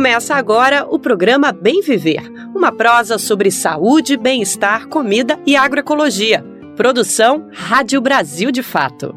Começa agora o programa Bem Viver, uma prosa sobre saúde, bem-estar, comida e agroecologia. Produção Rádio Brasil de Fato.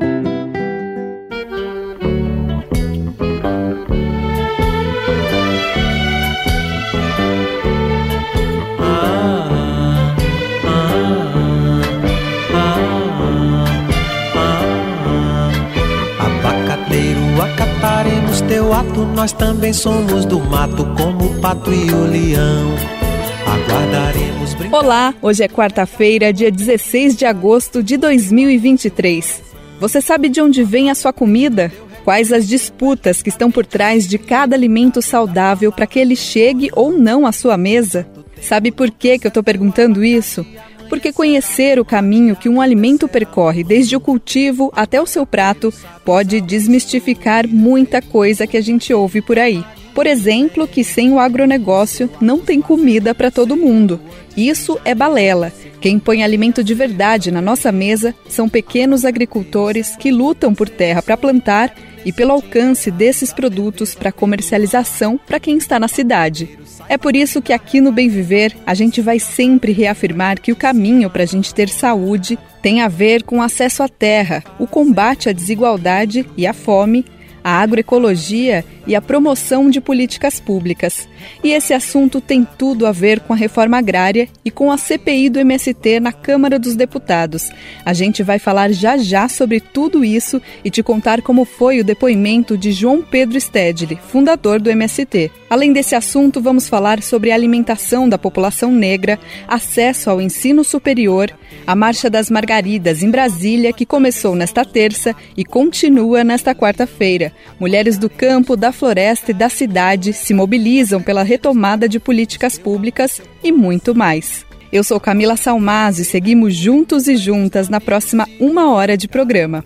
Acataremos teu ato, nós também somos do mato, como o pato e o leão. Aguardaremos brincar. Olá, hoje é quarta-feira, dia 16 de agosto de 2023. Você sabe de onde vem a sua comida? Quais as disputas que estão por trás de cada alimento saudável para que ele chegue ou não à sua mesa? Sabe por que eu estou perguntando isso? Porque conhecer o caminho que um alimento percorre desde o cultivo até o seu prato pode desmistificar muita coisa que a gente ouve por aí. Por exemplo, que sem o agronegócio não tem comida para todo mundo. Isso é balela. Quem põe alimento de verdade na nossa mesa são pequenos agricultores que lutam por terra para plantar e pelo alcance desses produtos para comercialização para quem está na cidade. É por isso que aqui no Bem Viver a gente vai sempre reafirmar que o caminho para a gente ter saúde tem a ver com acesso à terra, o combate à desigualdade e à fome, a agroecologia e a promoção de políticas públicas. E esse assunto tem tudo a ver com a reforma agrária e com a CPI do MST na Câmara dos Deputados. A gente vai falar já sobre tudo isso e te contar como foi o depoimento de João Pedro Stedley, fundador do MST. Além desse assunto, vamos falar sobre a alimentação da população negra, acesso ao ensino superior, a Marcha das Margaridas em Brasília, que começou nesta terça e continua nesta quarta-feira. Mulheres do campo, da floresta e da cidade se mobilizam pela retomada de políticas públicas e muito mais. Eu sou Camila Salmaz e seguimos juntos e juntas na próxima 1 hora de programa.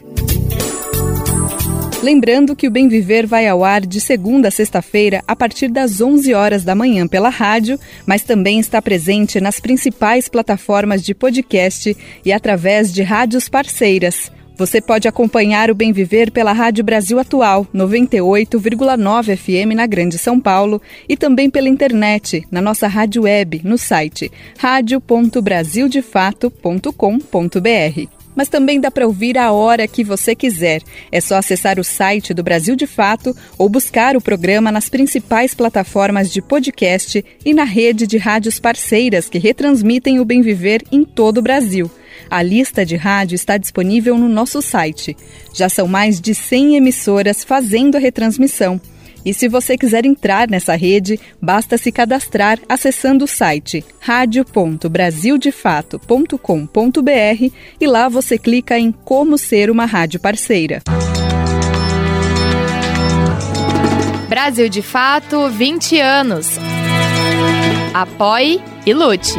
Lembrando que o Bem Viver vai ao ar de segunda a sexta-feira a partir das 11 horas da manhã pela rádio, mas também está presente nas principais plataformas de podcast e através de rádios parceiras. Você pode acompanhar o Bem Viver pela Rádio Brasil Atual, 98,9 FM na Grande São Paulo e também pela internet, na nossa rádio web, no site radio.brasildefato.com.br. Mas também dá para ouvir a hora que você quiser. É só acessar o site do Brasil de Fato ou buscar o programa nas principais plataformas de podcast e na rede de rádios parceiras que retransmitem o Bem Viver em todo o Brasil. A lista de rádio está disponível no nosso site. Já são mais de 100 emissoras fazendo a retransmissão. E se você quiser entrar nessa rede, basta se cadastrar acessando o site radio.brasildefato.com.br e lá você clica em Como Ser uma Rádio Parceira. Brasil de Fato, 20 anos. Apoie e lute.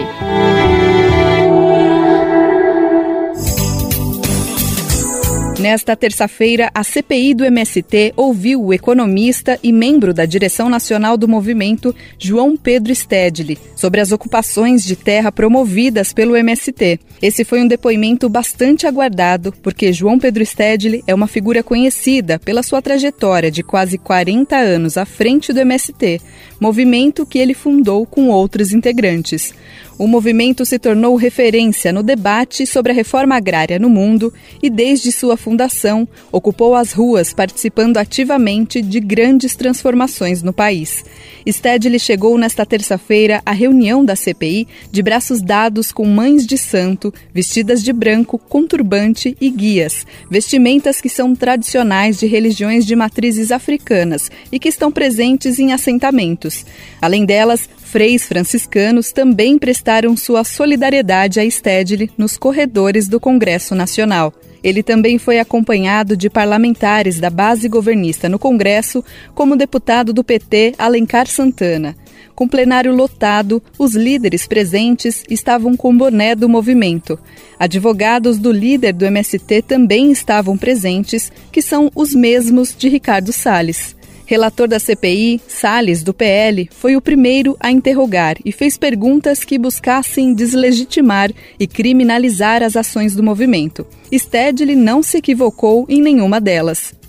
Nesta terça-feira, a CPI do MST ouviu o economista e membro da direção nacional do movimento, João Pedro Stedley, sobre as ocupações de terra promovidas pelo MST. Esse foi um depoimento bastante aguardado, porque João Pedro Stedley é uma figura conhecida pela sua trajetória de quase 40 anos à frente do MST, movimento que ele fundou com outros integrantes. O movimento se tornou referência no debate sobre a reforma agrária no mundo e, desde sua fundação, ocupou as ruas participando ativamente de grandes transformações no país. Stedley chegou nesta terça-feira à reunião da CPI de braços dados com mães de santo, vestidas de branco, com turbante e guias, vestimentas que são tradicionais de religiões de matrizes africanas e que estão presentes em assentamentos. Além delas, freis franciscanos também prestaram sua solidariedade a Stedley nos corredores do Congresso Nacional. Ele também foi acompanhado de parlamentares da base governista no Congresso, como o deputado do PT, Alencar Santana. Com plenário lotado, os líderes presentes estavam com boné do movimento. Advogados do líder do MST também estavam presentes, que são os mesmos de Ricardo Salles. Relator da CPI, Salles, do PL, foi o primeiro a interrogar e fez perguntas que buscassem deslegitimar e criminalizar as ações do movimento. Stedley não se equivocou em nenhuma delas.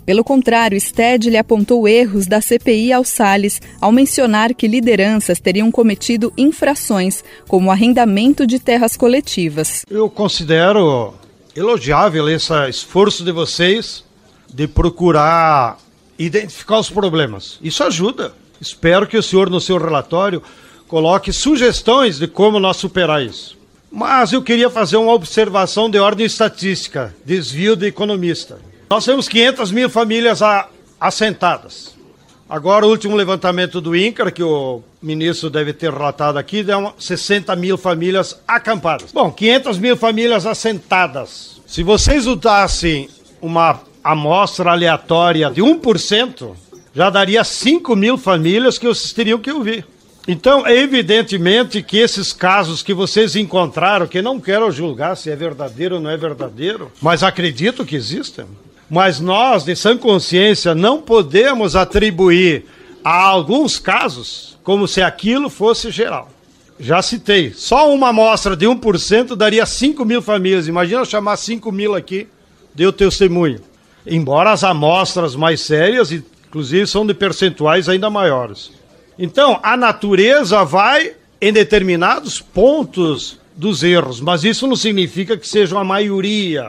Pelo contrário, Stedley apontou erros da CPI ao Salles ao mencionar que lideranças teriam cometido infrações, como o arrendamento de terras coletivas. Eu considero elogiável esse esforço de vocês de procurar identificar os problemas. Isso ajuda. Espero que o senhor, no seu relatório, coloque sugestões de como nós superar isso. Mas eu queria fazer uma observação de ordem estatística, desvio de economista. Nós temos 500 mil famílias assentadas. Agora, o último levantamento do INCRA, que o ministro deve ter relatado aqui, deu 60 mil famílias acampadas. Bom, 500 mil famílias assentadas. Se vocês usassem uma amostra aleatória de 1%, já daria 5 mil famílias que vocês teriam que ouvir. Então, é evidentemente que esses casos que vocês encontraram, que não quero julgar se é verdadeiro ou não é verdadeiro, mas acredito que existem, mas nós, de sã consciência, não podemos atribuir a alguns casos como se aquilo fosse geral. Já citei, só uma amostra de 1% daria 5 mil famílias. Imagina eu chamar 5 mil aqui, deu testemunho. Embora as amostras mais sérias, inclusive, são de percentuais ainda maiores. Então, a natureza vai em determinados pontos dos erros, mas isso não significa que seja a maioria.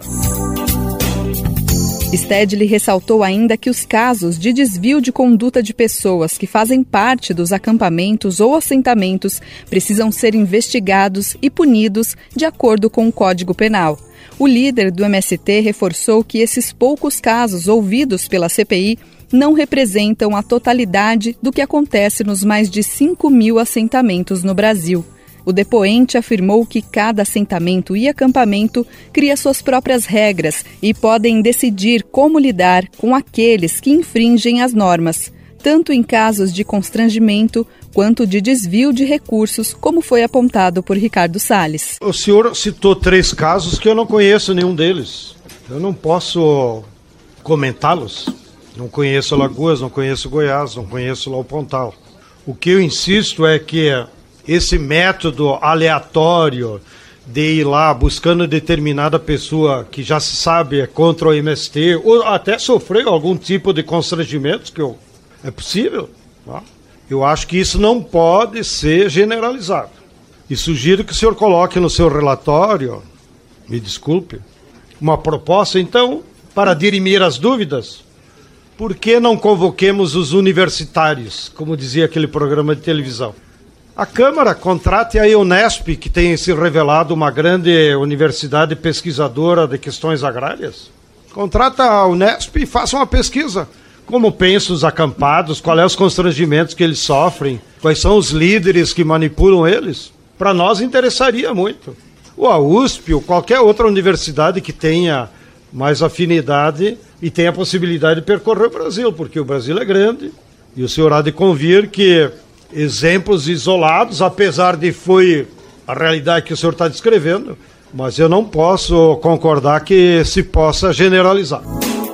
Stedley ressaltou ainda que os casos de desvio de conduta de pessoas que fazem parte dos acampamentos ou assentamentos precisam ser investigados e punidos de acordo com o Código Penal. O líder do MST reforçou que esses poucos casos ouvidos pela CPI não representam a totalidade do que acontece nos mais de 5 mil assentamentos no Brasil. O depoente afirmou que cada assentamento e acampamento cria suas próprias regras e podem decidir como lidar com aqueles que infringem as normas, tanto em casos de constrangimento quanto de desvio de recursos, como foi apontado por Ricardo Salles. O senhor citou 3 casos que eu não conheço nenhum deles. Eu não posso comentá-los. Não conheço Alagoas, não conheço Goiás, não conheço lá o Pontal. O que eu insisto é que esse método aleatório de ir lá buscando determinada pessoa que já se sabe é contra o MST, ou até sofreu algum tipo de constrangimento, é possível, tá? Eu acho que isso não pode ser generalizado. E sugiro que o senhor coloque no seu relatório, me desculpe, uma proposta, então, para dirimir as dúvidas. Por que não convoquemos os universitários, como dizia aquele programa de televisão? A Câmara contrate a Unesp, que tem se revelado uma grande universidade pesquisadora de questões agrárias. Contrata a Unesp e faça uma pesquisa. Como pensam os acampados, quais são os constrangimentos que eles sofrem, quais são os líderes que manipulam eles. Para nós interessaria muito. Ou a USP, ou qualquer outra universidade que tenha mais afinidade e tenha a possibilidade de percorrer o Brasil, porque o Brasil é grande e o senhor há de convir que exemplos isolados, apesar de foi a realidade que o senhor está descrevendo, mas eu não posso concordar que se possa generalizar.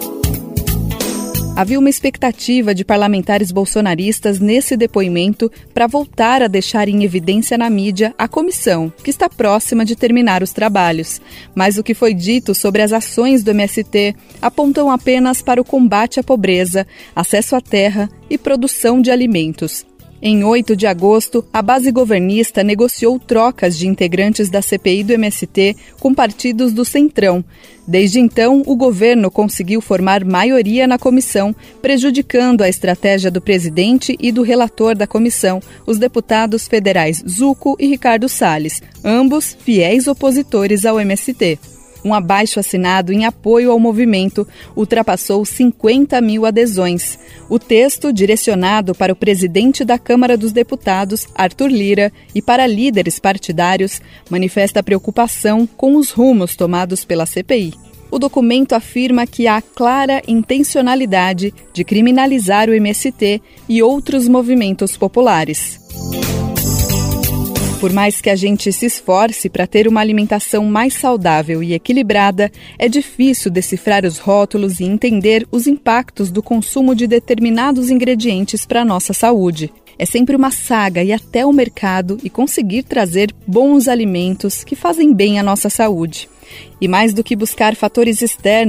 Havia uma expectativa de parlamentares bolsonaristas nesse depoimento para voltar a deixar em evidência na mídia a comissão, que está próxima de terminar os trabalhos. Mas o que foi dito sobre as ações do MST apontam apenas para o combate à pobreza, acesso à terra e produção de alimentos. Em 8 de agosto, a base governista negociou trocas de integrantes da CPI do MST com partidos do Centrão. Desde então, o governo conseguiu formar maioria na comissão, prejudicando a estratégia do presidente e do relator da comissão, os deputados federais Zucco e Ricardo Salles, ambos fiéis opositores ao MST. Um abaixo-assinado em apoio ao movimento ultrapassou 50 mil adesões. O texto, direcionado para o presidente da Câmara dos Deputados, Arthur Lira, e para líderes partidários, manifesta preocupação com os rumos tomados pela CPI. O documento afirma que há clara intencionalidade de criminalizar o MST e outros movimentos populares. Por mais que a gente se esforce para ter uma alimentação mais saudável e equilibrada, é difícil decifrar os rótulos e entender os impactos do consumo de determinados ingredientes para a nossa saúde. É sempre uma saga ir até o mercado e conseguir trazer bons alimentos que fazem bem à nossa saúde. E mais do que buscar fatores externos,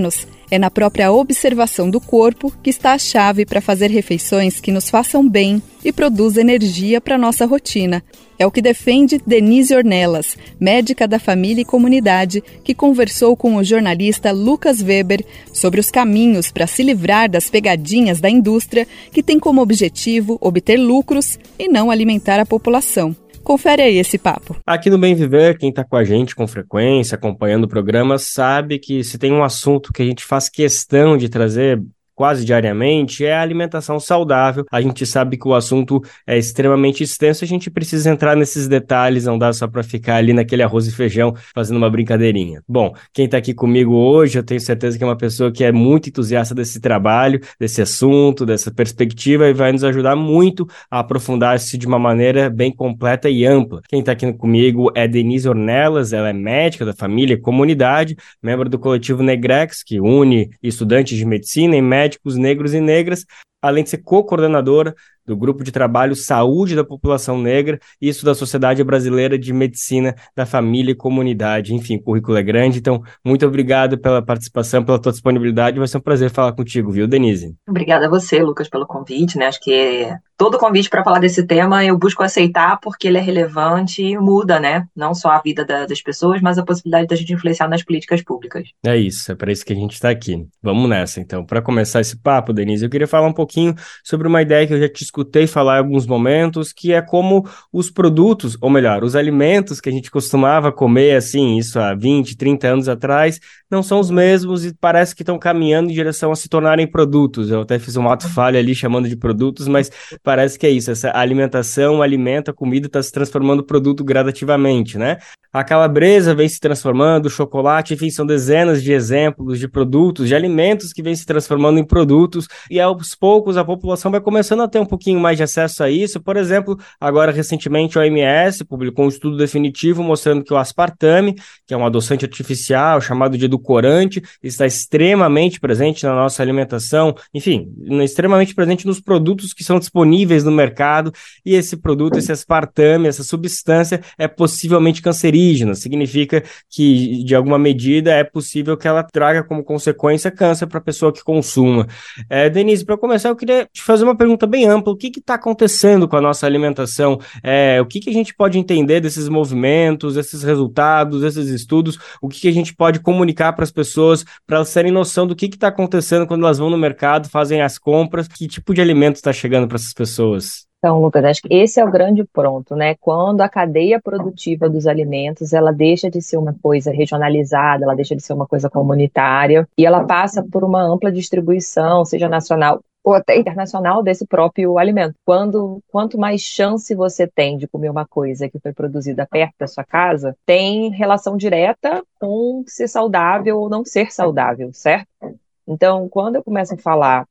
É na própria observação do corpo que está a chave para fazer refeições que nos façam bem e produzam energia para a nossa rotina. É o que defende Denise Ornelas, médica da família e comunidade, que conversou com o jornalista Lucas Weber sobre os caminhos para se livrar das pegadinhas da indústria que tem como objetivo obter lucros e não alimentar a população. Confere aí esse papo. Aqui no Bem Viver, quem está com a gente com frequência, acompanhando o programa, sabe que se tem um assunto que a gente faz questão de trazer quase diariamente, é a alimentação saudável. A gente sabe que o assunto é extremamente extenso, a gente precisa entrar nesses detalhes, não dá só para ficar ali naquele arroz e feijão fazendo uma brincadeirinha. Bom, quem está aqui comigo hoje, eu tenho certeza que é uma pessoa que é muito entusiasta desse trabalho, desse assunto, dessa perspectiva, e vai nos ajudar muito a aprofundar-se de uma maneira bem completa e ampla. Quem está aqui comigo é Denise Ornelas, ela é médica da família e comunidade, membro do coletivo Negrex, que une estudantes de medicina e médicos negros e negras, além de ser co-coordenadora do Grupo de Trabalho Saúde da População Negra, isso da Sociedade Brasileira de Medicina da Família e Comunidade. Enfim, o currículo é grande, então muito obrigado pela participação, pela tua disponibilidade, vai ser um prazer falar contigo, viu, Denise? Obrigada a você, Lucas, pelo convite, né? Acho que todo convite para falar desse tema eu busco aceitar porque ele é relevante e muda, né? Não só a vida das pessoas, mas a possibilidade da gente influenciar nas políticas públicas. É isso, é para isso que a gente está aqui. Vamos nessa, então. Para começar esse papo, Denise, eu queria falar um pouquinho sobre uma ideia que eu já te escutei falar em alguns momentos, que é como os produtos, ou melhor, os alimentos que a gente costumava comer, assim, isso há 20, 30 anos atrás, não são os mesmos e parece que estão caminhando em direção a se tornarem produtos. Eu até fiz um ato falho ali chamando de produtos, mas parece que é isso, essa alimentação, o alimento, a comida está se transformando em produto gradativamente, né? A calabresa vem se transformando, o chocolate, enfim, são dezenas de exemplos de produtos, de alimentos que vêm se transformando em produtos e aos poucos a população vai começando a ter um pouquinho mais de acesso a isso. Por exemplo, agora recentemente a OMS publicou um estudo definitivo mostrando que o aspartame, que é um adoçante artificial chamado de edulcorante, está extremamente presente na nossa alimentação, enfim, extremamente presente nos produtos que são disponíveis no mercado, e esse produto, esse aspartame, essa substância é possivelmente cancerígena, significa que de alguma medida é possível que ela traga como consequência câncer para a pessoa que consuma. Denise, para começar eu queria te fazer uma pergunta bem ampla, o que está acontecendo com a nossa alimentação? O que a gente pode entender desses movimentos, desses resultados, desses estudos, o que a gente pode comunicar para as pessoas, para elas terem noção do que está acontecendo quando elas vão no mercado, fazem as compras, que tipo de alimento está chegando para essas pessoas? Então, Lucas, acho que esse é o grande ponto, né? Quando a cadeia produtiva dos alimentos, ela deixa de ser uma coisa regionalizada, ela deixa de ser uma coisa comunitária, e ela passa por uma ampla distribuição, seja nacional ou até internacional, desse próprio alimento. Quanto mais chance você tem de comer uma coisa que foi produzida perto da sua casa, tem relação direta com ser saudável ou não ser saudável, certo? Então, quando eu começo a falar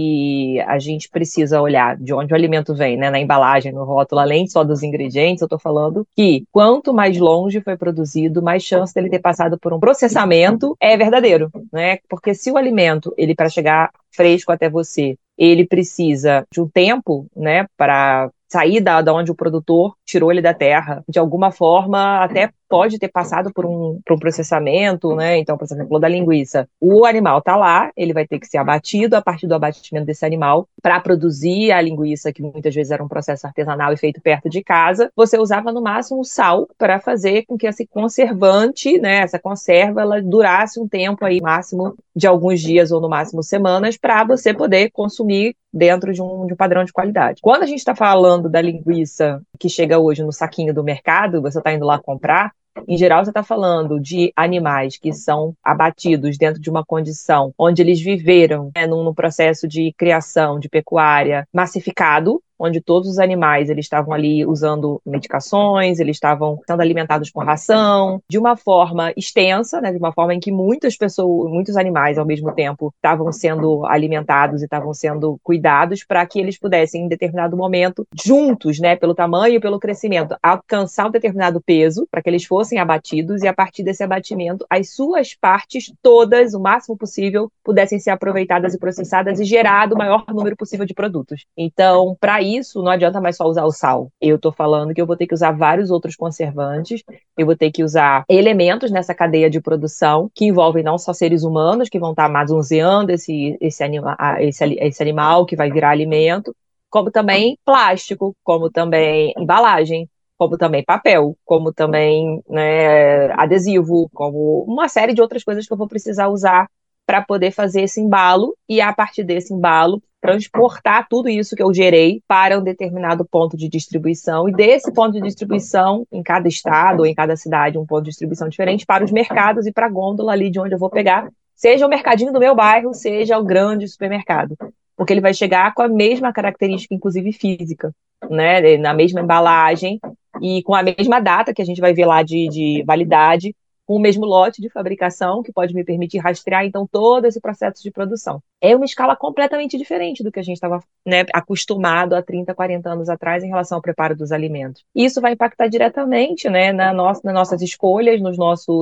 que a gente precisa olhar de onde o alimento vem, né, na embalagem, no rótulo, além só dos ingredientes, eu estou falando que quanto mais longe foi produzido, mais chance dele ter passado por um processamento é verdadeiro, né? Porque se o alimento, ele para chegar fresco até você, ele precisa de um tempo, né, para sair da onde o produtor tirou ele da terra, de alguma forma até pode ter passado por um processamento, né? Então, por exemplo, da linguiça, o animal está lá, ele vai ter que ser abatido a partir do abatimento desse animal para produzir a linguiça, que muitas vezes era um processo artesanal e feito perto de casa. Você usava no máximo sal para fazer com que esse conservante, né, essa conserva, ela durasse um tempo aí, máximo de alguns dias ou no máximo semanas, para você poder consumir dentro de um padrão de qualidade. Quando a gente está falando da linguiça que chega hoje no saquinho do mercado, você está indo lá comprar, em geral você está falando de animais que são abatidos dentro de uma condição onde eles viveram, né, num processo de criação, de pecuária massificado, onde todos os animais eles estavam ali usando medicações, eles estavam sendo alimentados com ração, de uma forma extensa, né, de uma forma em que muitas pessoas, muitos animais ao mesmo tempo estavam sendo alimentados e estavam sendo cuidados para que eles pudessem, em determinado momento, juntos, né, pelo tamanho e pelo crescimento, alcançar um determinado peso para que eles fossem abatidos e a partir desse abatimento, as suas partes todas, o máximo possível, pudessem ser aproveitadas e processadas e gerado o maior número possível de produtos. Então, para isso, não adianta mais só usar o sal. Eu estou falando que eu vou ter que usar vários outros conservantes, eu vou ter que usar elementos nessa cadeia de produção que envolvem não só seres humanos, que vão estar manuseando esse animal que vai virar alimento, como também plástico, como também embalagem, como também papel, como também, né, adesivo, como uma série de outras coisas que eu vou precisar usar para poder fazer esse embalo e, a partir desse embalo, transportar tudo isso que eu gerei para um determinado ponto de distribuição, e desse ponto de distribuição, em cada estado ou em cada cidade, um ponto de distribuição diferente, para os mercados e para a gôndola ali de onde eu vou pegar, seja o mercadinho do meu bairro, seja o grande supermercado, porque ele vai chegar com a mesma característica, inclusive física, né, na mesma embalagem e com a mesma data que a gente vai ver lá de validade, com o mesmo lote de fabricação, que pode me permitir rastrear, então, todo esse processo de produção. É uma escala completamente diferente do que a gente estava, né, acostumado há 30, 40 anos atrás em relação ao preparo dos alimentos. E isso vai impactar diretamente, né, nas nossas escolhas, nas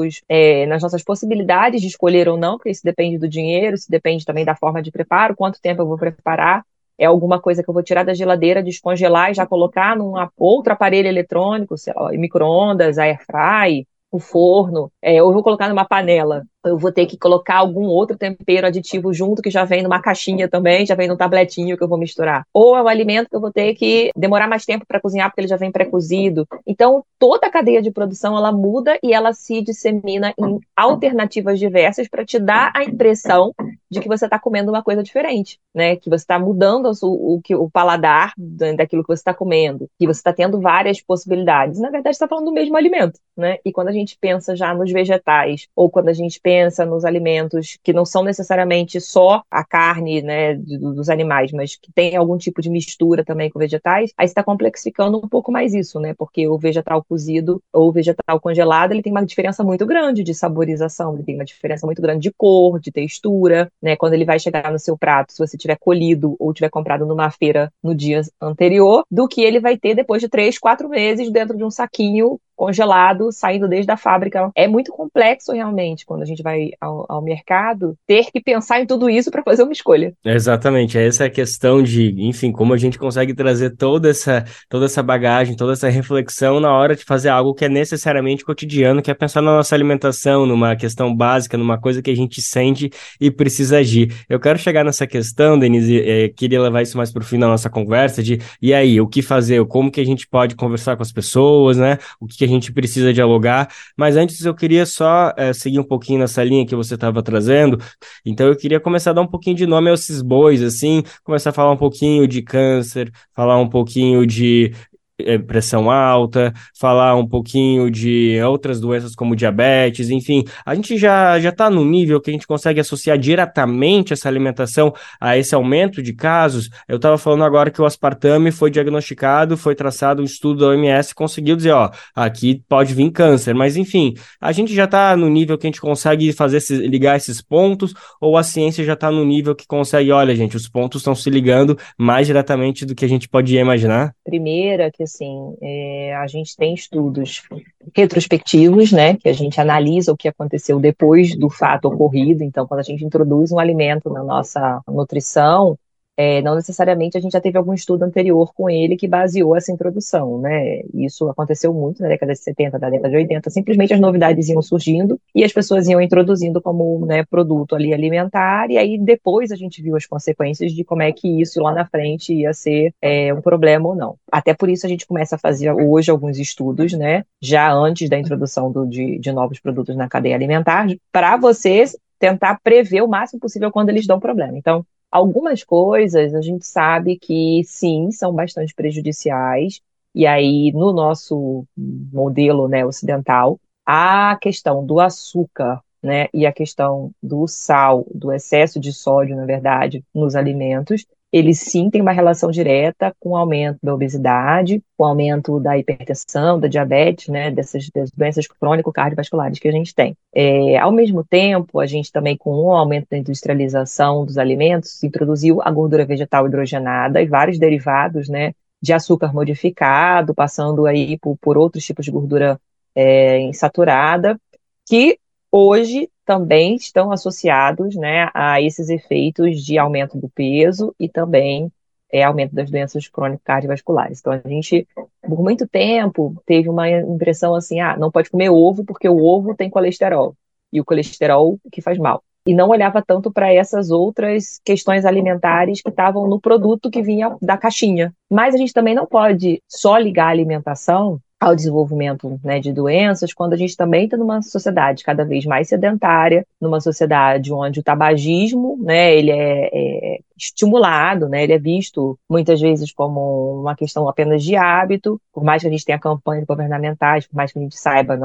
nossas possibilidades de escolher ou não, porque isso depende do dinheiro, isso depende também da forma de preparo, quanto tempo eu vou preparar. É alguma coisa que eu vou tirar da geladeira, descongelar e já colocar num outro aparelho eletrônico, sei lá, micro-ondas, airfry, o forno, ou eu vou colocar numa panela. Eu vou ter que colocar algum outro tempero aditivo junto, que já vem numa caixinha também, já vem num tabletinho que eu vou misturar. Ou é um alimento que eu vou ter que demorar mais tempo para cozinhar, porque ele já vem pré-cozido. Então, toda a cadeia de produção, ela muda e ela se dissemina em alternativas diversas para te dar a impressão de que você está comendo uma coisa diferente, né? Que você está mudando o paladar daquilo que você está comendo, que você está tendo várias possibilidades. Na verdade, você está falando do mesmo alimento, né? E quando a gente pensa já nos vegetais, ou quando a gente pensa nos alimentos que não são necessariamente só a carne, né, dos animais, mas que tem algum tipo de mistura também com vegetais, aí você está complexificando um pouco mais isso, né? Porque o vegetal cozido ou o vegetal congelado, ele tem uma diferença muito grande de saborização, ele tem uma diferença muito grande de cor, de textura, né? Quando ele vai chegar no seu prato, se você tiver colhido ou tiver comprado numa feira no dia anterior, do que ele vai ter depois de 3, 4 meses dentro de um saquinho congelado, saindo desde a fábrica. É muito complexo realmente, quando a gente vai ao mercado, ter que pensar em tudo isso para fazer uma escolha. Exatamente, essa é a questão de, enfim, como a gente consegue trazer toda essa bagagem, toda essa reflexão na hora de fazer algo que é necessariamente cotidiano, que é pensar na nossa alimentação, numa questão básica, numa coisa que a gente sente e precisa agir. Eu quero chegar nessa questão, Denise, queria levar isso mais para o fim da nossa conversa, e aí, o que fazer, como que a gente pode conversar com as pessoas, né, o que a gente precisa dialogar, mas antes eu queria só seguir um pouquinho nessa linha que você estava trazendo, então eu queria começar a dar um pouquinho de nome a esses bois, assim, começar a falar um pouquinho de câncer, falar um pouquinho de pressão alta, falar um pouquinho de outras doenças como diabetes, enfim, a gente já está num nível que a gente consegue associar diretamente essa alimentação a esse aumento de casos. Eu estava falando agora que o aspartame foi diagnosticado, foi traçado um estudo da OMS, conseguiu dizer, ó, aqui pode vir câncer, mas enfim, a gente já está no nível que a gente consegue ligar esses pontos, ou a ciência já está no nível que consegue, olha, gente, os pontos estão se ligando mais diretamente do que a gente pode imaginar? Primeira, que assim, a gente tem estudos retrospectivos, né, que a gente analisa o que aconteceu depois do fato ocorrido. Então, quando a gente introduz um alimento na nossa nutrição, não necessariamente a gente já teve algum estudo anterior com ele que baseou essa introdução, né? Isso aconteceu muito na década de 70, na década de 80, simplesmente as novidades iam surgindo e as pessoas iam introduzindo como, né, produto ali alimentar, e aí depois a gente viu as consequências de como é que isso lá na frente ia ser um problema ou não. Até por isso a gente começa a fazer hoje alguns estudos, né, já antes da introdução de novos produtos na cadeia alimentar, para vocês tentar prever o máximo possível quando eles dão problema. Então, algumas coisas a gente sabe que, sim, são bastante prejudiciais, e aí no nosso modelo, né, ocidental, a questão do açúcar, né, e a questão do sal, do excesso de sódio, na verdade, nos alimentos, eles sim têm uma relação direta com o aumento da obesidade, com o aumento da hipertensão, da diabetes, né, das doenças crônico-cardiovasculares que a gente tem. Ao mesmo tempo, a gente também, com o aumento da industrialização dos alimentos, introduziu a gordura vegetal hidrogenada e vários derivados, né, de açúcar modificado, passando aí por outros tipos de gordura insaturada, que hoje também estão associados, né, a esses efeitos de aumento do peso e também aumento das doenças crônicas cardiovasculares. Então, a gente, por muito tempo, teve uma impressão assim, não pode comer ovo porque o ovo tem colesterol, e o colesterol que faz mal. E não olhava tanto para essas outras questões alimentares que estavam no produto que vinha da caixinha. Mas a gente também não pode só ligar a alimentação ao desenvolvimento, né, de doenças, quando a gente também está numa sociedade cada vez mais sedentária, numa sociedade onde o tabagismo, né, ele é estimulado, né, ele é visto muitas vezes como uma questão apenas de hábito, por mais que a gente tenha campanhas governamentais, por mais que a gente saiba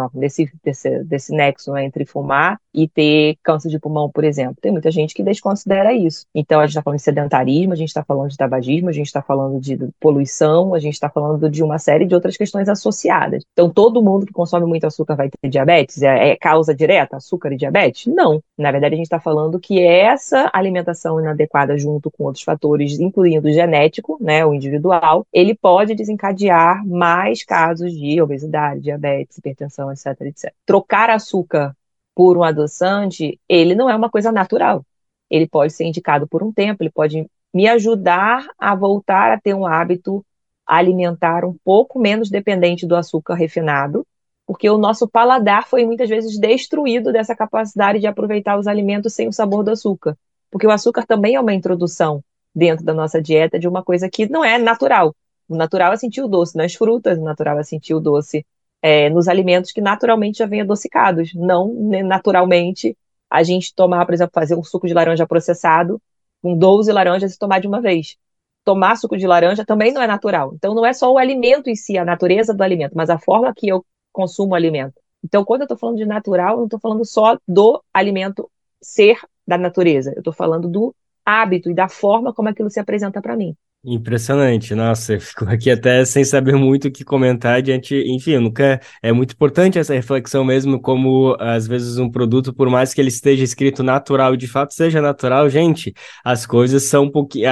desse nexo, né, entre fumar e ter câncer de pulmão, por exemplo. Tem muita gente que desconsidera isso. Então, a gente está falando de sedentarismo, a gente está falando de tabagismo, a gente está falando de poluição, a gente está falando de uma série de outras questões associadas. Então, todo mundo que consome muito açúcar vai ter diabetes? É causa direta, açúcar e diabetes? Não. Na verdade, a gente está falando que essa alimentação inadequada junto com outros fatores, incluindo o genético, né, o individual, ele pode desencadear mais casos de obesidade, diabetes, hipertensão, etc, etc. Trocar açúcar por um adoçante, ele não é uma coisa natural. Ele pode ser indicado por um tempo, ele pode me ajudar a voltar a ter um hábito alimentar um pouco menos dependente do açúcar refinado, porque o nosso paladar foi muitas vezes destruído dessa capacidade de aproveitar os alimentos sem o sabor do açúcar. Porque o açúcar também é uma introdução dentro da nossa dieta de uma coisa que não é natural. O natural é sentir o doce nas frutas, o natural é sentir o doce nos alimentos que naturalmente já vêm adocicados. Não, né, naturalmente, a gente tomar, por exemplo, fazer um suco de laranja processado com 12 laranjas e tomar de uma vez. Tomar suco de laranja também não é natural. Então, não é só o alimento em si, a natureza do alimento, mas a forma que eu consumo o alimento. Então, quando eu estou falando de natural, eu não estou falando só do alimento ser da natureza. Eu estou falando do hábito e da forma como aquilo se apresenta para mim. Impressionante, nossa, eu fico aqui até sem saber muito o que comentar diante, enfim, é muito importante essa reflexão mesmo, como às vezes um produto, por mais que ele esteja escrito natural e de fato seja natural, gente, as coisas são um pouquinho,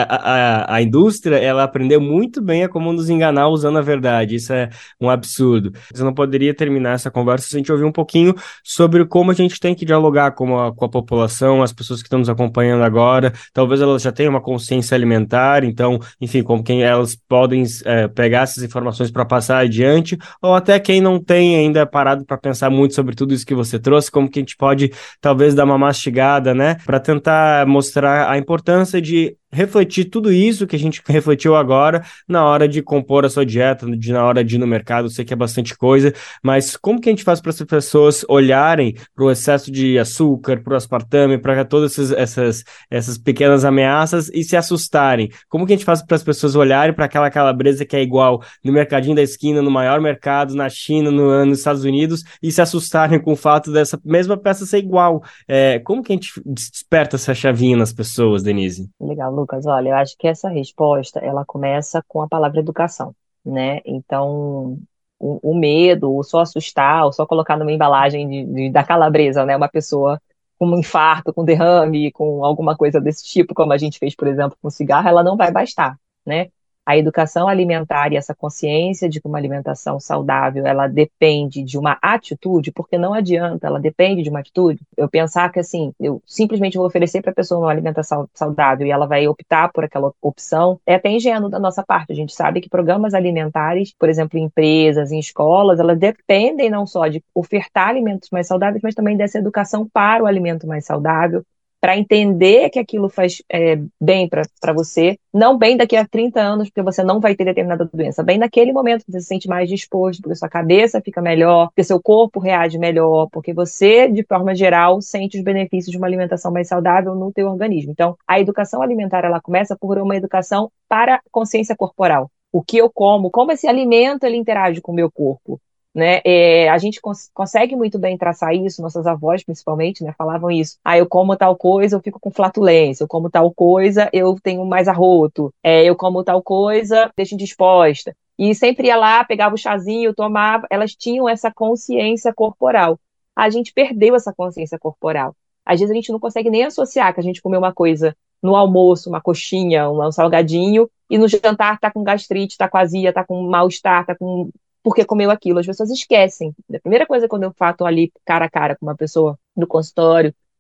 a indústria, ela aprendeu muito bem a como nos enganar usando a verdade, isso é um absurdo. Você não poderia terminar essa conversa se a gente ouvir um pouquinho sobre como a gente tem que dialogar com a população, as pessoas que estão nos acompanhando agora, talvez elas já tenham uma consciência alimentar, então enfim, como quem elas podem pegar essas informações para passar adiante, ou até quem não tem ainda parado para pensar muito sobre tudo isso que você trouxe, como que a gente pode talvez dar uma mastigada, né, para tentar mostrar a importância de refletir tudo isso que a gente refletiu agora na hora de compor a sua dieta, na hora de ir no mercado. Eu sei que é bastante coisa, mas como que a gente faz para as pessoas olharem para o excesso de açúcar, para o aspartame, para todas essas pequenas ameaças e se assustarem? Como que a gente faz para as pessoas olharem para aquela calabresa que é igual no mercadinho da esquina, no maior mercado, na China, nos Estados Unidos, e se assustarem com o fato dessa mesma peça ser igual? Como que a gente desperta essa chavinha nas pessoas, Denise? Legal, Lucas. Olha, eu acho que essa resposta, ela começa com a palavra educação, né? Então, o medo, ou só assustar, ou só colocar numa embalagem da calabresa, né? Uma pessoa com um infarto, com derrame, com alguma coisa desse tipo, como a gente fez, por exemplo, com cigarro, ela não vai bastar, né? A educação alimentar e essa consciência de que uma alimentação saudável, ela depende de uma atitude, porque não adianta, ela depende de uma atitude. Eu pensar que, assim, eu simplesmente vou oferecer para a pessoa uma alimentação saudável e ela vai optar por aquela opção, é até ingênuo da nossa parte. A gente sabe que programas alimentares, por exemplo, em empresas, em escolas, elas dependem não só de ofertar alimentos mais saudáveis, mas também dessa educação para o alimento mais saudável, para entender que aquilo faz bem para você, não bem daqui a 30 anos, porque você não vai ter determinada doença, bem naquele momento que você se sente mais disposto, porque sua cabeça fica melhor, porque seu corpo reage melhor, porque você, de forma geral, sente os benefícios de uma alimentação mais saudável no teu organismo. Então, a educação alimentar, ela começa por uma educação para a consciência corporal. O que eu como esse alimento ele interage com o meu corpo. Né? A gente consegue muito bem traçar isso, nossas avós principalmente, né, falavam isso. Eu como tal coisa, eu fico com flatulência, eu como tal coisa, eu tenho mais arroto, eu como tal coisa, deixo indisposta. E sempre ia lá, pegava o chazinho, tomava, elas tinham essa consciência corporal. A gente perdeu essa consciência corporal. Às vezes a gente não consegue nem associar que a gente comeu uma coisa no almoço, uma coxinha, um salgadinho, e no jantar tá com gastrite, tá com azia, tá com mal-estar, tá com porque comeu aquilo. As pessoas esquecem. A primeira coisa quando eu fato ali cara a cara com uma pessoa no consultório,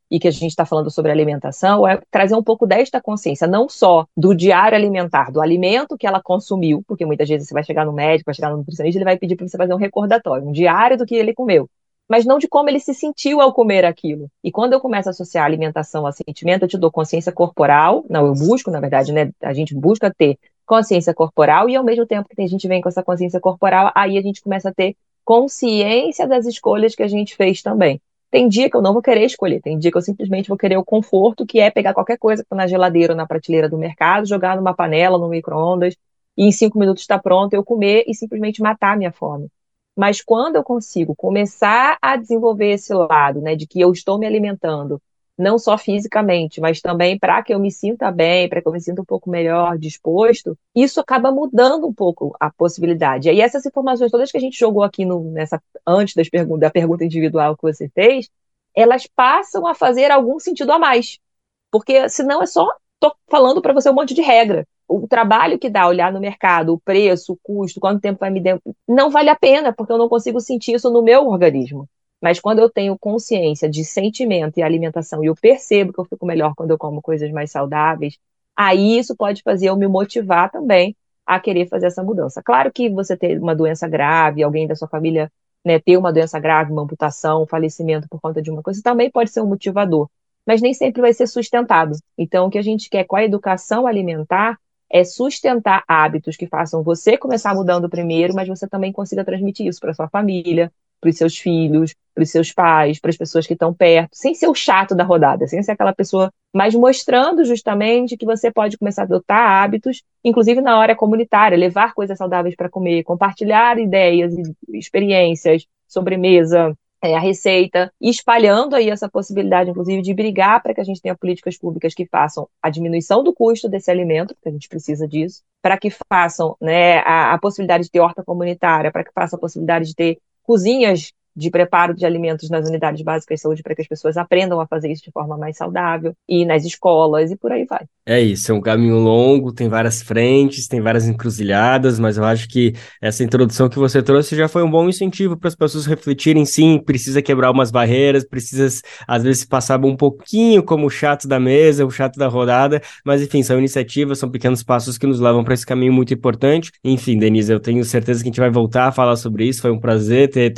e que a gente está falando sobre alimentação, é trazer um pouco desta consciência, não só do diário alimentar, do alimento que ela consumiu, porque muitas vezes você vai chegar no médico, vai chegar no nutricionista, ele vai pedir para você fazer um recordatório, um diário do que ele comeu, mas não de como ele se sentiu ao comer aquilo. E quando eu começo a associar alimentação a sentimento, eu te dou consciência corporal, não, eu busco, na verdade, né, a gente busca ter consciência corporal, e ao mesmo tempo que a gente vem com essa consciência corporal, aí a gente começa a ter consciência das escolhas que a gente fez também. Tem dia que eu não vou querer escolher, tem dia que eu simplesmente vou querer o conforto, que é pegar qualquer coisa que está na geladeira ou na prateleira do mercado, jogar numa panela, no micro-ondas, e em 5 minutos está pronto, eu comer e simplesmente matar a minha fome. Mas quando eu consigo começar a desenvolver esse lado, né, de que eu estou me alimentando, não só fisicamente, mas também para que eu me sinta bem, para que eu me sinta um pouco melhor disposto, isso acaba mudando um pouco a possibilidade. E aí essas informações todas que a gente jogou aqui antes da pergunta individual que você fez, elas passam a fazer algum sentido a mais. Porque senão é só tô falando para você um monte de regra. O trabalho que dá olhar no mercado, o preço, o custo, quanto tempo vai me dar, não vale a pena, porque eu não consigo sentir isso no meu organismo. Mas quando eu tenho consciência de sentimento e alimentação e eu percebo que eu fico melhor quando eu como coisas mais saudáveis, aí isso pode fazer eu me motivar também a querer fazer essa mudança. Claro que você ter uma doença grave, alguém da sua família, né, ter uma doença grave, uma amputação, um falecimento por conta de uma coisa, também pode ser um motivador, mas nem sempre vai ser sustentado. Então, o que a gente quer com a educação alimentar é sustentar hábitos que façam você começar mudando primeiro, mas você também consiga transmitir isso para sua família, para os seus filhos, para os seus pais, para as pessoas que estão perto, sem ser o chato da rodada, sem ser aquela pessoa, mas mostrando justamente que você pode começar a adotar hábitos, inclusive na área comunitária, levar coisas saudáveis para comer, compartilhar ideias e experiências, sobremesa, a receita, e espalhando aí essa possibilidade, inclusive, de brigar para que a gente tenha políticas públicas que façam a diminuição do custo desse alimento, porque a gente precisa disso, para que façam, né, a possibilidade de ter horta comunitária, para que façam a possibilidade de ter cozinhas de preparo de alimentos nas unidades básicas de saúde para que as pessoas aprendam a fazer isso de forma mais saudável, e nas escolas, e por aí vai. É isso, é um caminho longo, tem várias frentes, tem várias encruzilhadas, mas eu acho que essa introdução que você trouxe já foi um bom incentivo para as pessoas refletirem, sim, precisa quebrar umas barreiras, precisa, às vezes, passar um pouquinho como o chato da mesa, o chato da rodada, mas, enfim, são iniciativas, são pequenos passos que nos levam para esse caminho muito importante. Enfim, Denise, eu tenho certeza que a gente vai voltar a falar sobre isso, foi um prazer ter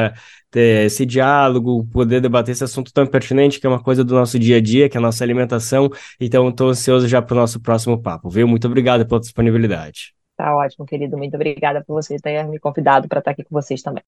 ter esse diálogo, poder debater esse assunto tão pertinente, que é uma coisa do nosso dia a dia, que é a nossa alimentação. Então, estou ansioso já para o nosso próximo papo, viu? Muito obrigado pela disponibilidade. Tá ótimo, querido. Muito obrigada por você ter me convidado para estar aqui com vocês também.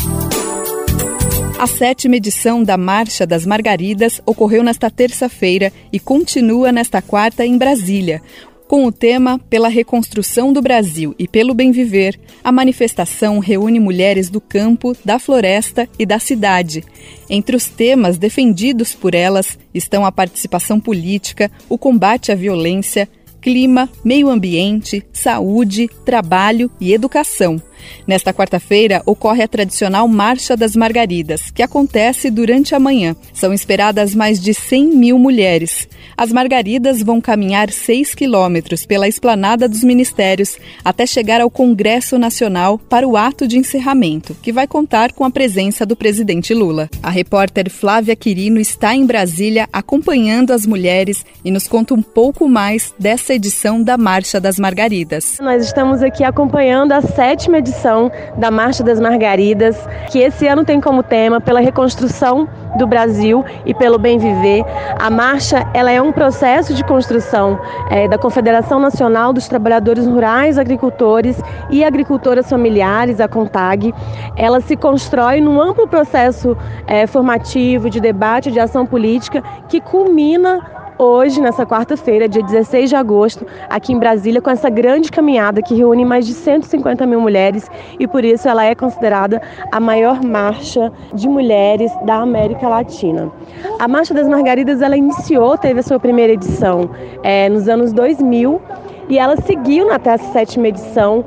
A 7ª edição da Marcha das Margaridas ocorreu nesta terça-feira e continua nesta quarta em Brasília. Com o tema Pela Reconstrução do Brasil e pelo Bem Viver, a manifestação reúne mulheres do campo, da floresta e da cidade. Entre os temas defendidos por elas estão a participação política, o combate à violência, clima, meio ambiente, saúde, trabalho e educação. Nesta quarta-feira, ocorre a tradicional Marcha das Margaridas, que acontece durante a manhã. São esperadas mais de 100 mil mulheres. As margaridas vão caminhar 6 quilômetros pela esplanada dos ministérios até chegar ao Congresso Nacional para o ato de encerramento, que vai contar com a presença do presidente Lula. A repórter Flávia Quirino está em Brasília acompanhando as mulheres e nos conta um pouco mais dessa edição da Marcha das Margaridas. Nós estamos aqui acompanhando a 7ª edição da Marcha das Margaridas, que esse ano tem como tema Pela Reconstrução do Brasil e pelo Bem Viver. A marcha, ela é um processo de construção da Confederação Nacional dos Trabalhadores Rurais, Agricultores e Agricultoras Familiares, a CONTAG. Ela se constrói num amplo processo formativo, de debate, de ação política, que culmina hoje, nessa quarta-feira, dia 16 de agosto, aqui em Brasília, com essa grande caminhada que reúne mais de 150 mil mulheres e, por isso, ela é considerada a maior marcha de mulheres da América Latina. A Marcha das Margaridas, ela teve a sua primeira edição nos anos 2000, e ela seguiu até essa 7ª edição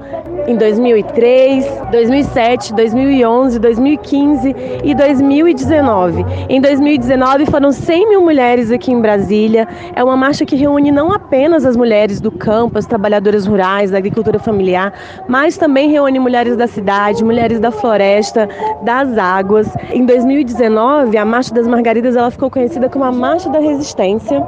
em 2003, 2007, 2011, 2015 e 2019. Em 2019 foram 100 mil mulheres aqui em Brasília. É uma marcha que reúne não apenas as mulheres do campo, as trabalhadoras rurais, da agricultura familiar, mas também reúne mulheres da cidade, mulheres da floresta, das águas. Em 2019, a Marcha das Margaridas ela ficou conhecida como a Marcha da Resistência.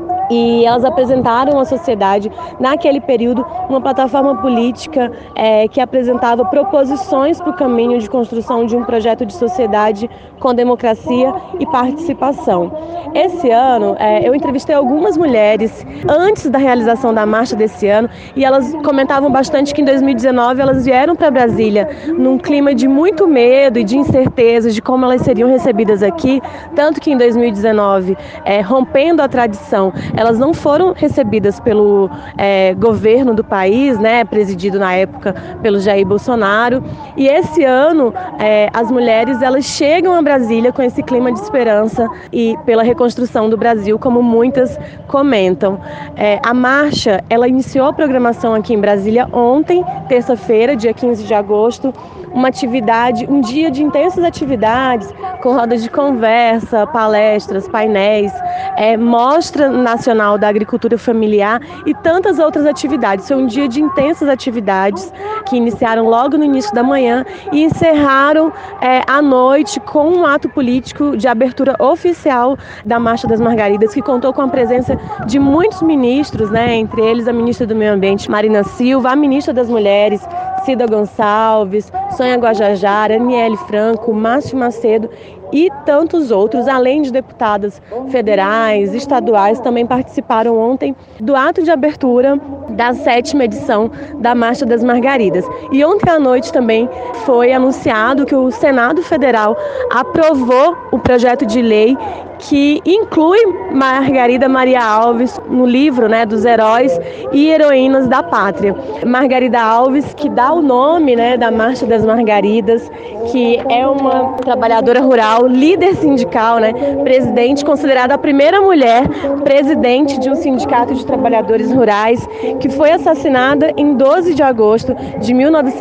E elas apresentaram à sociedade, naquele período, uma plataforma política que apresentava proposições para o caminho de construção de um projeto de sociedade com democracia e participação. Esse ano, eu entrevistei algumas mulheres antes da realização da marcha desse ano e elas comentavam bastante que em 2019 elas vieram para Brasília num clima de muito medo e de incerteza de como elas seriam recebidas aqui, tanto que em 2019, rompendo a tradição, elas não foram recebidas pelo governo do país, né, presidido na época pelo Jair Bolsonaro. E esse ano, as mulheres elas chegam a Brasília com esse clima de esperança e pela reconstrução do Brasil, como muitas comentam. A marcha, ela iniciou a programação aqui em Brasília ontem, terça-feira, dia 15 de agosto, uma atividade, um dia de intensas atividades, com rodas de conversa, palestras, painéis, Mostra Nacional da Agricultura Familiar e tantas outras atividades. Foi um dia de intensas atividades que iniciaram logo no início da manhã e encerraram à noite com um ato político de abertura oficial da Marcha das Margaridas, que contou com a presença de muitos ministros, né, entre eles a ministra do Meio Ambiente, Marina Silva, a ministra das Mulheres, Cida Gonçalves, Sônia Guajajara, Aniele Franco, Márcio Macedo e tantos outros, além de deputadas federais, estaduais, também participaram ontem do ato de abertura da 7ª edição da Marcha das Margaridas. E ontem à noite também foi anunciado que o Senado Federal aprovou o projeto de lei que inclui Margarida Maria Alves no livro, né, dos heróis e heroínas da pátria. Margarida Alves, que dá o nome, né, da Marcha das Margaridas, que é uma trabalhadora rural, líder sindical, né, presidente, considerada a primeira mulher presidente de um sindicato de trabalhadores rurais, que foi assassinada em 12 de agosto de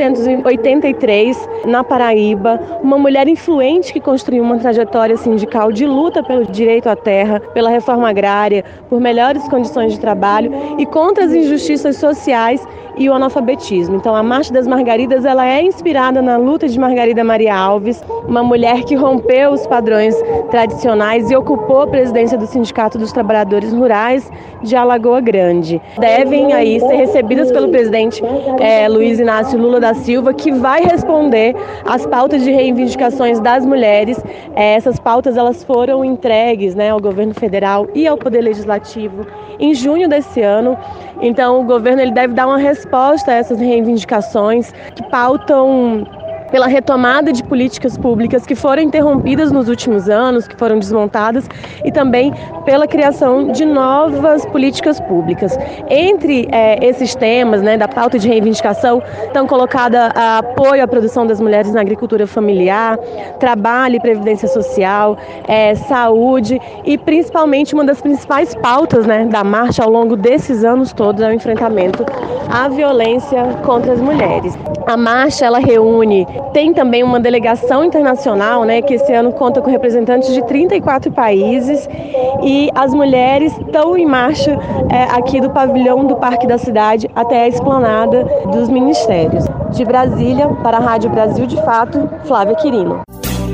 1983, na Paraíba. Uma mulher influente que construiu uma trajetória sindical de luta pelo direito à terra, pela reforma agrária, por melhores condições de trabalho e contra as injustiças sociais e o analfabetismo. Então, a Marcha das Margaridas ela é inspirada na luta de Margarida Maria Alves, uma mulher que rompeu os padrões tradicionais e ocupou a presidência do Sindicato dos Trabalhadores Rurais de Alagoa Grande. Devem aí ser recebidas pelo presidente Luiz Inácio Lula da Silva, que vai responder às pautas de reivindicações das mulheres. Essas pautas elas foram entregues, né, ao governo federal e ao Poder Legislativo em junho desse ano. Então, o governo ele deve dar uma resposta a essas reivindicações que pautam pela retomada de políticas públicas que foram interrompidas nos últimos anos, que foram desmontadas, e também pela criação de novas políticas públicas. Entre esses temas, né, da pauta de reivindicação, estão colocada apoio à produção das mulheres na agricultura familiar, trabalho e previdência social, saúde e principalmente uma das principais pautas, né, da marcha ao longo desses anos todos é o enfrentamento à violência contra as mulheres. A marcha ela tem também uma delegação internacional, né, que esse ano conta com representantes de 34 países e as mulheres estão em marcha aqui do pavilhão do Parque da Cidade até a esplanada dos ministérios. De Brasília, para a Rádio Brasil de Fato, Flávia Quirino.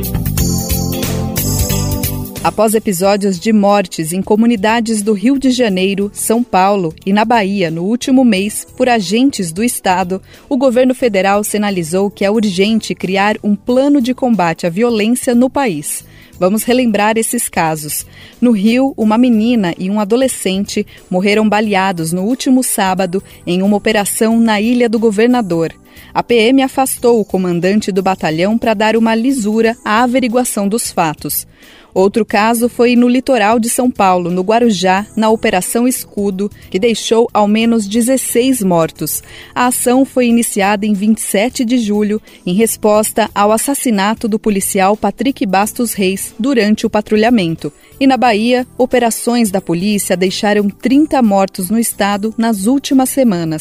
Após episódios de mortes em comunidades do Rio de Janeiro, São Paulo e na Bahia no último mês por agentes do Estado, o governo federal sinalizou que é urgente criar um plano de combate à violência no país. Vamos relembrar esses casos. No Rio, uma menina e um adolescente morreram baleados no último sábado em uma operação na Ilha do Governador. A PM afastou o comandante do batalhão para dar uma lisura à averiguação dos fatos. Outro caso foi no litoral de São Paulo, no Guarujá, na Operação Escudo, que deixou ao menos 16 mortos. A ação foi iniciada em 27 de julho, em resposta ao assassinato do policial Patrick Bastos Reis durante o patrulhamento. E na Bahia, operações da polícia deixaram 30 mortos no estado nas últimas semanas.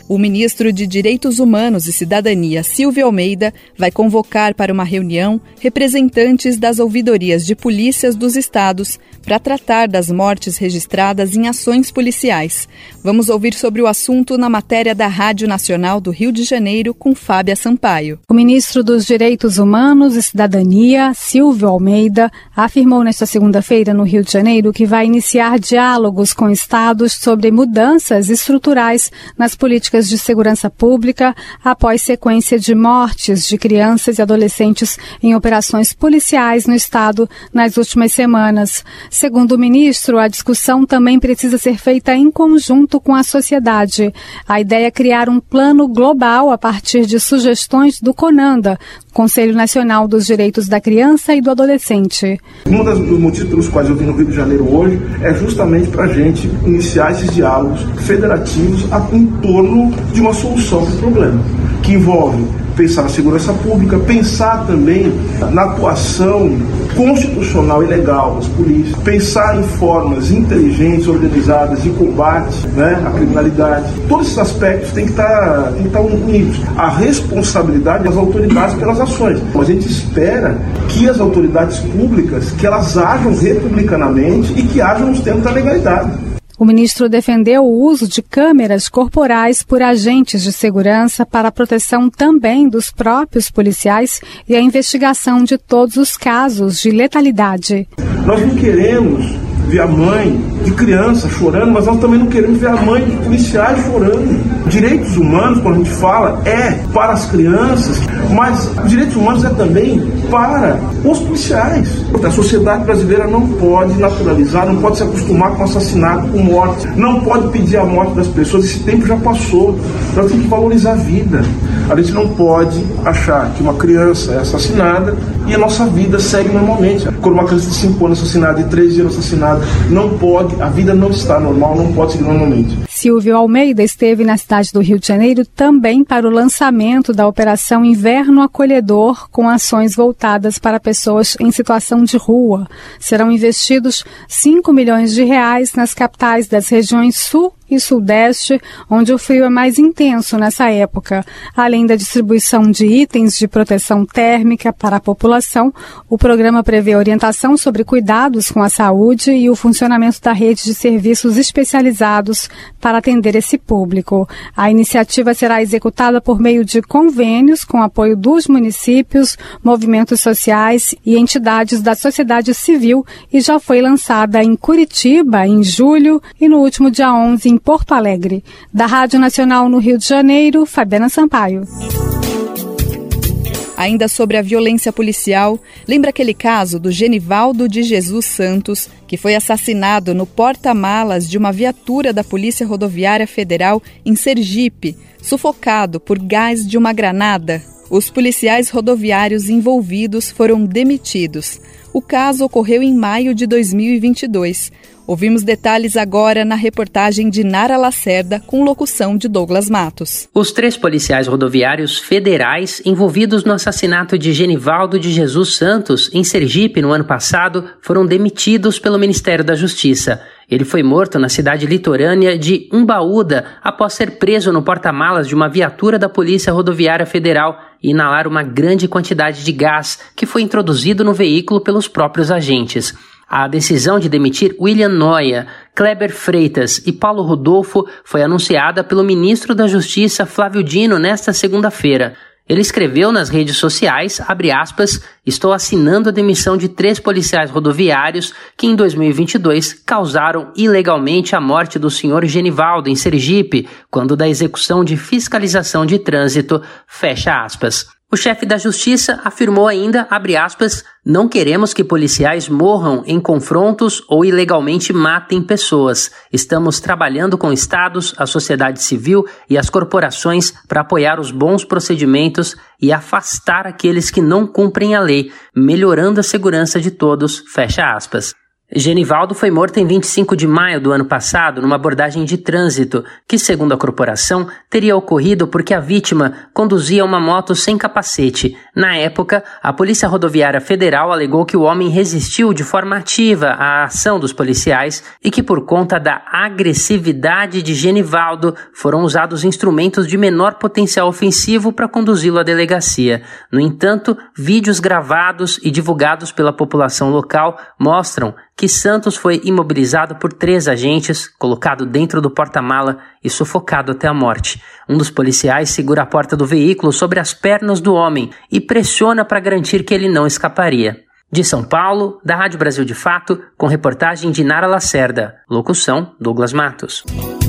O ministro de Direitos Humanos e Cidadania, Silvio Almeida, vai convocar para uma reunião representantes das ouvidorias de polícias dos estados para tratar das mortes registradas em ações policiais. Vamos ouvir sobre o assunto na matéria da Rádio Nacional do Rio de Janeiro com Fábia Sampaio. O ministro dos Direitos Humanos e Cidadania, Silvio Almeida, afirmou nesta segunda-feira no Rio de Janeiro que vai iniciar diálogos com estados sobre mudanças estruturais nas políticas de segurança pública após sequência de mortes de crianças e adolescentes em operações policiais no estado nas últimas semanas. Segundo o ministro, a discussão também precisa ser feita em conjunto com a sociedade. A ideia é criar um plano global a partir de sugestões do CONANDA, Conselho Nacional dos Direitos da Criança e do Adolescente. Um dos motivos pelos quais eu vim no Rio de Janeiro hoje é justamente para a gente iniciar esses diálogos federativos em torno de uma solução para o problema, que envolve pensar na segurança pública, pensar também na atuação constitucional e legal das polícias, pensar em formas inteligentes, organizadas de combate, à criminalidade. Todos esses aspectos têm que estar unidos. A responsabilidade das autoridades pelas ações. A gente espera que as autoridades públicas, que elas ajam republicanamente e que ajam nos termos da legalidade. O ministro defendeu o uso de câmeras corporais por agentes de segurança para a proteção também dos próprios policiais e a investigação de todos os casos de letalidade. Nós não queremos ver a mãe de criança chorando, mas nós também não queremos ver a mãe de policiais chorando. Direitos humanos, quando a gente fala, é para as crianças, mas direitos humanos é também para os policiais. A sociedade brasileira não pode naturalizar, não pode se acostumar com assassinato, com morte, não pode pedir a morte das pessoas, esse tempo já passou. Nós temos que valorizar a vida. A gente não pode achar que uma criança é assassinada e a nossa vida segue normalmente. Quando uma criança de 5 anos assassinada e 3 anos assassinada, não pode, a vida não está normal, não pode seguir normalmente. Silvio Almeida esteve na cidade do Rio de Janeiro também para o lançamento da Operação Inverno Acolhedor, com ações voltadas para pessoas em situação de rua. Serão investidos R$5 milhões nas capitais das regiões Sul e Sudeste, onde o frio é mais intenso nessa época. Além da distribuição de itens de proteção térmica para a população, o programa prevê orientação sobre cuidados com a saúde e o funcionamento da rede de serviços especializados para atender esse público. A iniciativa será executada por meio de convênios com apoio dos municípios, movimentos sociais e entidades da sociedade civil e já foi lançada em Curitiba em julho e no último dia 11 em Porto Alegre. Da Rádio Nacional no Rio de Janeiro, Fabiana Sampaio. Ainda sobre a violência policial, lembra aquele caso do Genivaldo de Jesus Santos, que foi assassinado no porta-malas de uma viatura da Polícia Rodoviária Federal em Sergipe, sufocado por gás de uma granada? Os policiais rodoviários envolvidos foram demitidos. O caso ocorreu em maio de 2022. Ouvimos detalhes agora na reportagem de Nara Lacerda, com locução de Douglas Matos. Os 3 policiais rodoviários federais envolvidos no assassinato de Genivaldo de Jesus Santos, em Sergipe, no ano passado, foram demitidos pelo Ministério da Justiça. Ele foi morto na cidade litorânea de Umbaúda após ser preso no porta-malas de uma viatura da Polícia Rodoviária Federal e inalar uma grande quantidade de gás que foi introduzido no veículo pelos próprios agentes. A decisão de demitir William Noia, Kleber Freitas e Paulo Rodolfo foi anunciada pelo ministro da Justiça, Flávio Dino, nesta segunda-feira. Ele escreveu nas redes sociais, @ estou assinando a demissão de 3 policiais rodoviários que em 2022 causaram ilegalmente a morte do senhor Genivaldo em Sergipe, quando da execução de fiscalização de trânsito, fecha aspas. O chefe da Justiça afirmou ainda, @ não queremos que policiais morram em confrontos ou ilegalmente matem pessoas. Estamos trabalhando com estados, a sociedade civil e as corporações para apoiar os bons procedimentos e afastar aqueles que não cumprem a lei, melhorando a segurança de todos, fecha aspas. Genivaldo foi morto em 25 de maio do ano passado numa abordagem de trânsito, que, segundo a corporação, teria ocorrido porque a vítima conduzia uma moto sem capacete. Na época, a Polícia Rodoviária Federal alegou que o homem resistiu de forma ativa à ação dos policiais e que, por conta da agressividade de Genivaldo, foram usados instrumentos de menor potencial ofensivo para conduzi-lo à delegacia. No entanto, vídeos gravados e divulgados pela população local mostram que Santos foi imobilizado por 3 agentes, colocado dentro do porta-mala e sufocado até a morte. Um dos policiais segura a porta do veículo sobre as pernas do homem e pressiona para garantir que ele não escaparia. De São Paulo, da Rádio Brasil de Fato, com reportagem de Nara Lacerda. Locução, Douglas Matos.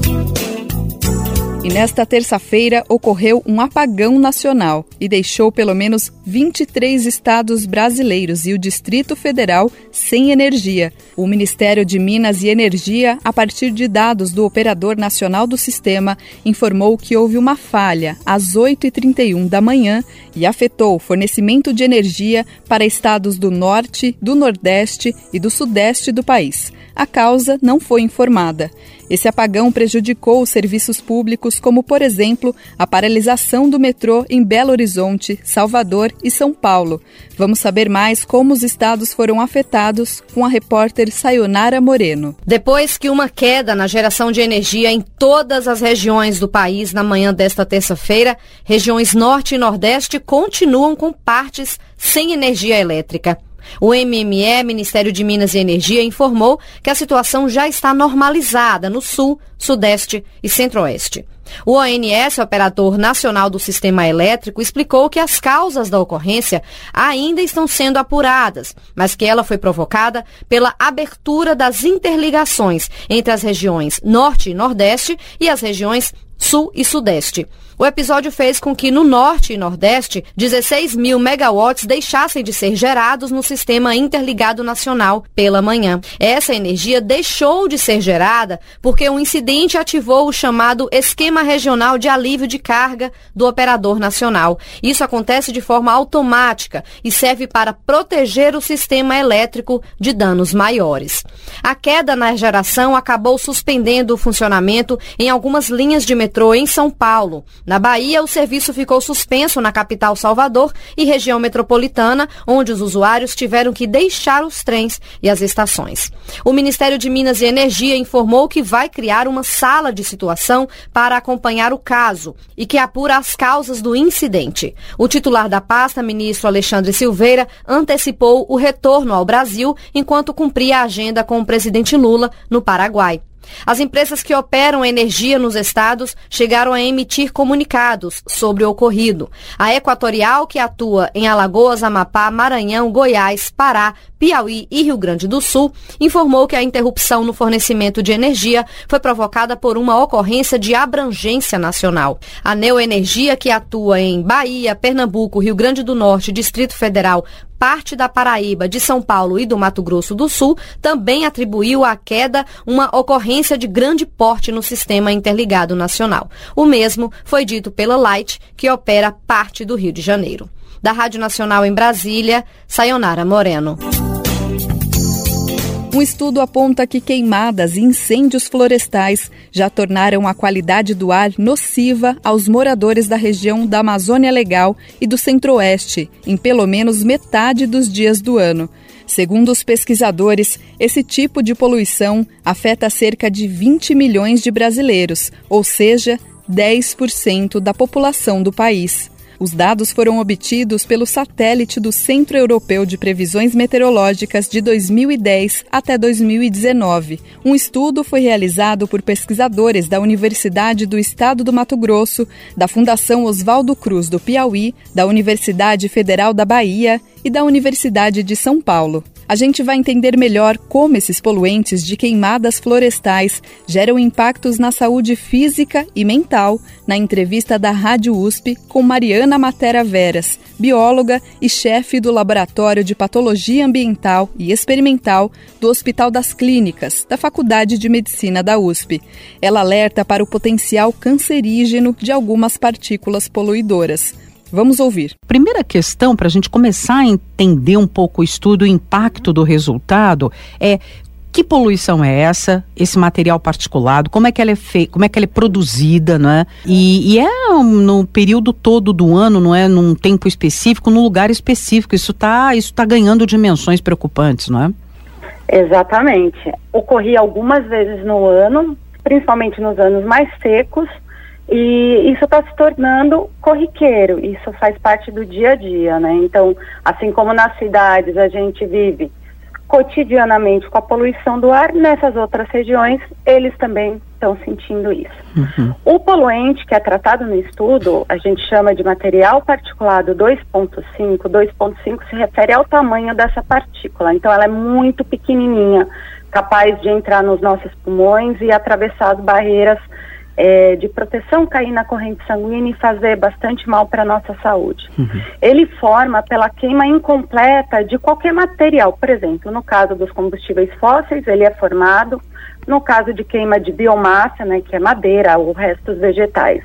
E nesta terça-feira ocorreu um apagão nacional e deixou pelo menos 23 estados brasileiros e o Distrito Federal sem energia. O Ministério de Minas e Energia, a partir de dados do Operador Nacional do Sistema, informou que houve uma falha às 8h31 da manhã e afetou o fornecimento de energia para estados do Norte, do Nordeste e do Sudeste do país. A causa não foi informada. Esse apagão prejudicou os serviços públicos, como, por exemplo, a paralisação do metrô em Belo Horizonte, Salvador e São Paulo. Vamos saber mais como os estados foram afetados com a repórter Sayonara Moreno. Depois que uma queda na geração de energia em todas as regiões do país na manhã desta terça-feira, regiões Norte e Nordeste continuam com partes sem energia elétrica. O MME, Ministério de Minas e Energia, informou que a situação já está normalizada no Sul, Sudeste e Centro-Oeste. O ONS, Operador Nacional do Sistema Elétrico, explicou que as causas da ocorrência ainda estão sendo apuradas, mas que ela foi provocada pela abertura das interligações entre as regiões Norte e Nordeste e as regiões Sul e Sudeste. O episódio fez com que no Norte e Nordeste 16 mil megawatts deixassem de ser gerados no Sistema Interligado Nacional pela manhã. Essa energia deixou de ser gerada porque um incidente ativou o chamado Esquema Regional de Alívio de Carga do Operador Nacional. Isso acontece de forma automática e serve para proteger o sistema elétrico de danos maiores. A queda na geração acabou suspendendo o funcionamento em algumas linhas de metrô em São Paulo. Na Bahia, o serviço ficou suspenso na capital Salvador e região metropolitana, onde os usuários tiveram que deixar os trens e as estações. O Ministério de Minas e Energia informou que vai criar uma sala de situação para acompanhar o caso e que apura as causas do incidente. O titular da pasta, ministro Alexandre Silveira, antecipou o retorno ao Brasil enquanto cumpria a agenda com o presidente Lula no Paraguai. As empresas que operam energia nos estados chegaram a emitir comunicados sobre o ocorrido. A Equatorial, que atua em Alagoas, Amapá, Maranhão, Goiás, Pará, Piauí e Rio Grande do Sul, informou que a interrupção no fornecimento de energia foi provocada por uma ocorrência de abrangência nacional. A Neoenergia, que atua em Bahia, Pernambuco, Rio Grande do Norte, Distrito Federal, parte da Paraíba, de São Paulo e do Mato Grosso do Sul, também atribuiu à queda uma ocorrência de grande porte no Sistema Interligado Nacional. O mesmo foi dito pela Light, que opera parte do Rio de Janeiro. Da Rádio Nacional em Brasília, Sayonara Moreno. Um estudo aponta que queimadas e incêndios florestais já tornaram a qualidade do ar nociva aos moradores da região da Amazônia Legal e do Centro-Oeste, em pelo menos metade dos dias do ano. Segundo os pesquisadores, esse tipo de poluição afeta cerca de 20 milhões de brasileiros, ou seja, 10% da população do país. Os dados foram obtidos pelo satélite do Centro Europeu de Previsões Meteorológicas de 2010 até 2019. Um estudo foi realizado por pesquisadores da Universidade do Estado do Mato Grosso, da Fundação Oswaldo Cruz do Piauí, da Universidade Federal da Bahia e da Universidade de São Paulo. A gente vai entender melhor como esses poluentes de queimadas florestais geram impactos na saúde física e mental na entrevista da Rádio USP com Mariana Matera Veras, bióloga e chefe do Laboratório de Patologia Ambiental e Experimental do Hospital das Clínicas, da Faculdade de Medicina da USP. Ela alerta para o potencial cancerígeno de algumas partículas poluidoras. Vamos ouvir. Primeira questão, para a gente começar a entender um pouco o estudo, o impacto do resultado, é Que poluição é essa? Esse material particulado? Como é que ela é feita? Como é que ela é produzida, não é? E é no período todo do ano, não é? Num tempo específico, num lugar específico. Isso tá ganhando dimensões preocupantes, não é? Exatamente. Ocorria algumas vezes no ano, principalmente nos anos mais secos, e isso está se tornando corriqueiro. Isso faz parte do dia a dia, né? Então, assim como nas cidades a gente vive cotidianamente com a poluição do ar, nessas outras regiões eles também estão sentindo isso. O poluente que é tratado no estudo, a gente chama de material particulado 2.5. 2.5 se refere ao tamanho dessa partícula, então ela é muito pequenininha, capaz de entrar nos nossos pulmões e atravessar as barreiras de proteção, cair na corrente sanguínea e fazer bastante mal para a nossa saúde. Ele forma pela queima incompleta de qualquer material. Por exemplo, no caso dos combustíveis fósseis, ele é formado. No caso de queima de biomassa, né, que é madeira ou restos vegetais.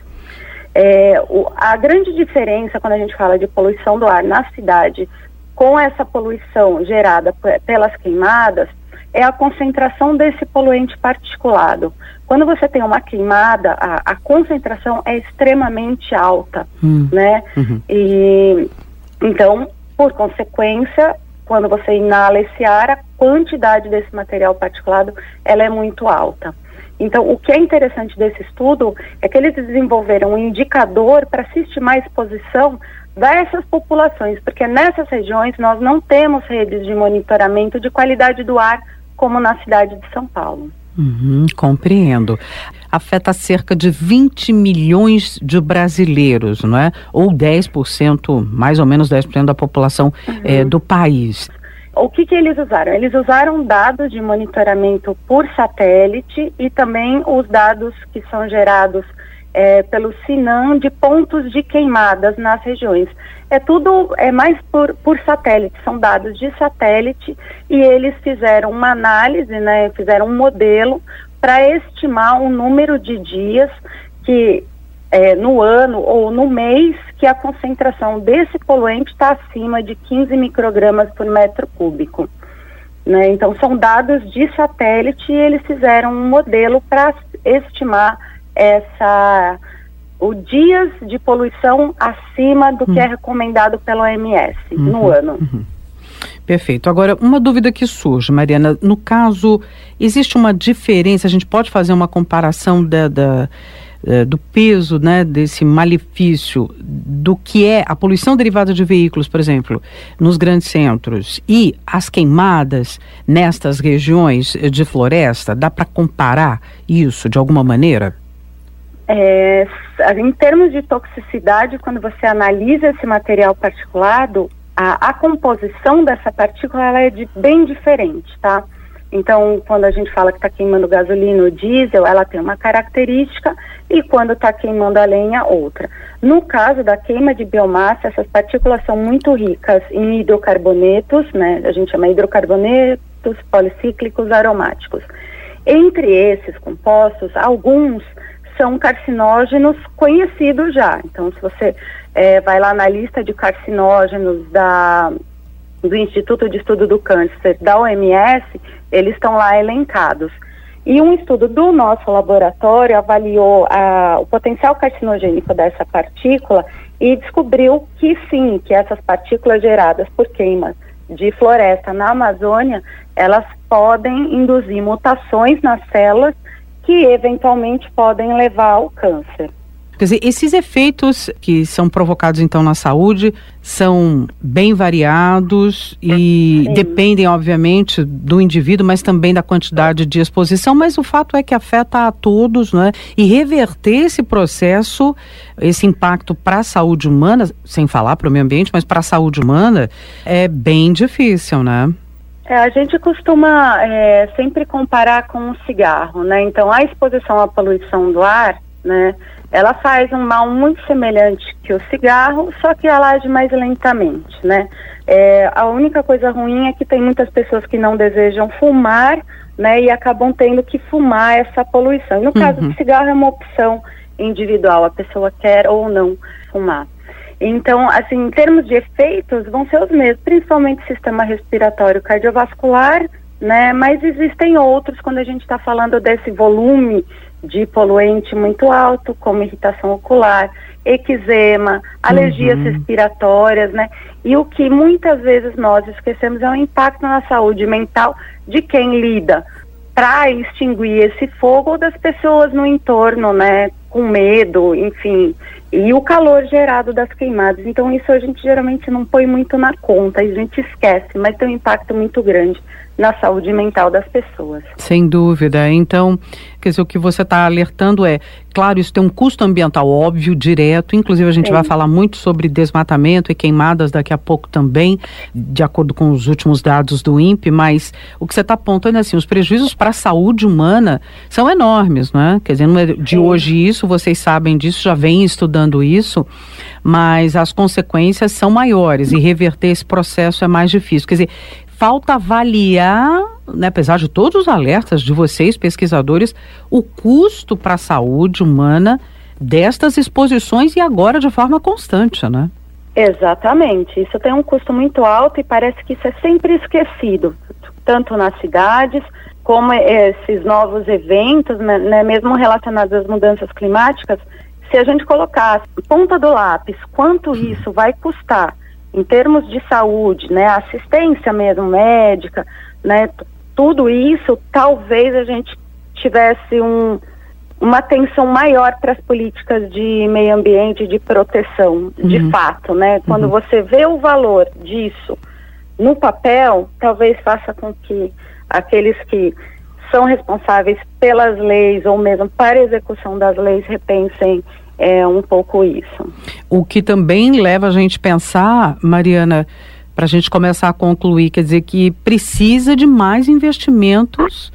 A grande diferença quando a gente fala de poluição do ar na cidade com essa poluição gerada pelas queimadas é a concentração desse poluente particulado. Quando você tem uma queimada, a concentração é extremamente alta, né? E então, por consequência, quando você inala esse ar, a quantidade desse material particulado, ela é muito alta. Então, o que é interessante desse estudo é que eles desenvolveram um indicador para se estimar a exposição dessas populações, porque nessas regiões nós não temos redes de monitoramento de qualidade do ar como na cidade de São Paulo. Compreendo. Afeta cerca de 20 milhões de brasileiros, não é? Ou 10%, mais ou menos 10% da população do país. O que eles usaram? Eles usaram dados de monitoramento por satélite e também os dados que são gerados pelo Sinam de pontos de queimadas nas regiões. Tudo mais por satélite, são dados de satélite, e eles fizeram uma análise, né, fizeram um modelo para estimar o número de dias que no ano ou no mês que a concentração desse poluente está acima de 15 microgramas por metro cúbico. Né? Então são dados de satélite e eles fizeram um modelo para estimar o dias de poluição acima do que é recomendado pela OMS no ano. Perfeito. Agora, uma dúvida que surge, Mariana, no caso, existe uma diferença, a gente pode fazer uma comparação do peso, né, desse malefício do que é a poluição derivada de veículos, por exemplo, nos grandes centros e as queimadas nestas regiões de floresta? Dá para comparar isso de alguma maneira? Em termos de toxicidade, quando você analisa esse material particulado, a composição dessa partícula ela é bem diferente, tá? Então, quando a gente fala que está queimando gasolina ou diesel, ela tem uma característica, e quando está queimando a lenha, outra. No caso da queima de biomassa, essas partículas são muito ricas em hidrocarbonetos, né? A gente chama hidrocarbonetos policíclicos aromáticos. Entre esses compostos, alguns são carcinógenos conhecidos já. Então, se você vai lá na lista de carcinógenos do Instituto de Estudo do Câncer da OMS, eles estão lá elencados. E um estudo do nosso laboratório avaliou o potencial carcinogênico dessa partícula e descobriu que sim, que essas partículas geradas por queima de floresta na Amazônia, elas podem induzir mutações nas células que eventualmente podem levar ao câncer. Quer dizer, esses efeitos que são provocados então na saúde são bem variados e dependem, obviamente, do indivíduo, mas também da quantidade de exposição, mas o fato é que afeta a todos, né? E reverter esse processo, esse impacto para a saúde humana, sem falar para o meio ambiente, mas para a saúde humana, é bem difícil, né? A gente costuma sempre comparar com o cigarro, né? Então, a exposição à poluição do ar, né, ela faz um mal muito semelhante que o cigarro, só que ela age mais lentamente, né? A única coisa ruim é que tem muitas pessoas que não desejam fumar, né, e acabam tendo que fumar essa poluição. No caso do cigarro é uma opção individual, a pessoa quer ou não fumar. Então, assim, em termos de efeitos, vão ser os mesmos, principalmente sistema respiratório cardiovascular né? Mas existem outros quando a gente está falando desse volume de poluente muito alto, como irritação ocular, eczema, alergias respiratórias, né? E o que muitas vezes nós esquecemos é o impacto na saúde mental de quem lida para extinguir esse fogo ou das pessoas no entorno, né? Com medo, enfim, e o calor gerado das queimadas. Então isso a gente geralmente não põe muito na conta, a gente esquece, mas tem um impacto muito grande na saúde mental das pessoas. Sem dúvida. Então, quer dizer, o que você está alertando é, claro, isso tem um custo ambiental óbvio, direto, inclusive a gente vai falar muito sobre desmatamento e queimadas daqui a pouco também, de acordo com os últimos dados do INPE, mas o que você está apontando é assim, os prejuízos para a saúde humana são enormes, não é? Quer dizer, não é de hoje isso, vocês sabem disso, já vêm estudando isso, mas as consequências são maiores e reverter esse processo é mais difícil. Quer dizer, falta avaliar, né, apesar de todos os alertas de vocês, pesquisadores, o custo para a saúde humana destas exposições e agora de forma constante, né? Exatamente. Isso tem um custo muito alto e parece que isso é sempre esquecido, tanto nas cidades como esses novos eventos, né, mesmo relacionados às mudanças climáticas. Se a gente colocasse ponta do lápis quanto isso vai custar em termos de saúde, né, assistência mesmo médica, né, tudo isso, talvez a gente tivesse uma atenção maior para as políticas de meio ambiente, de proteção, de fato, né? Quando você vê o valor disso no papel, talvez faça com que aqueles que são responsáveis pelas leis ou mesmo para a execução das leis repensem um pouco isso. O que também leva a gente a pensar, Mariana, para a gente começar a concluir, quer dizer que precisa de mais investimentos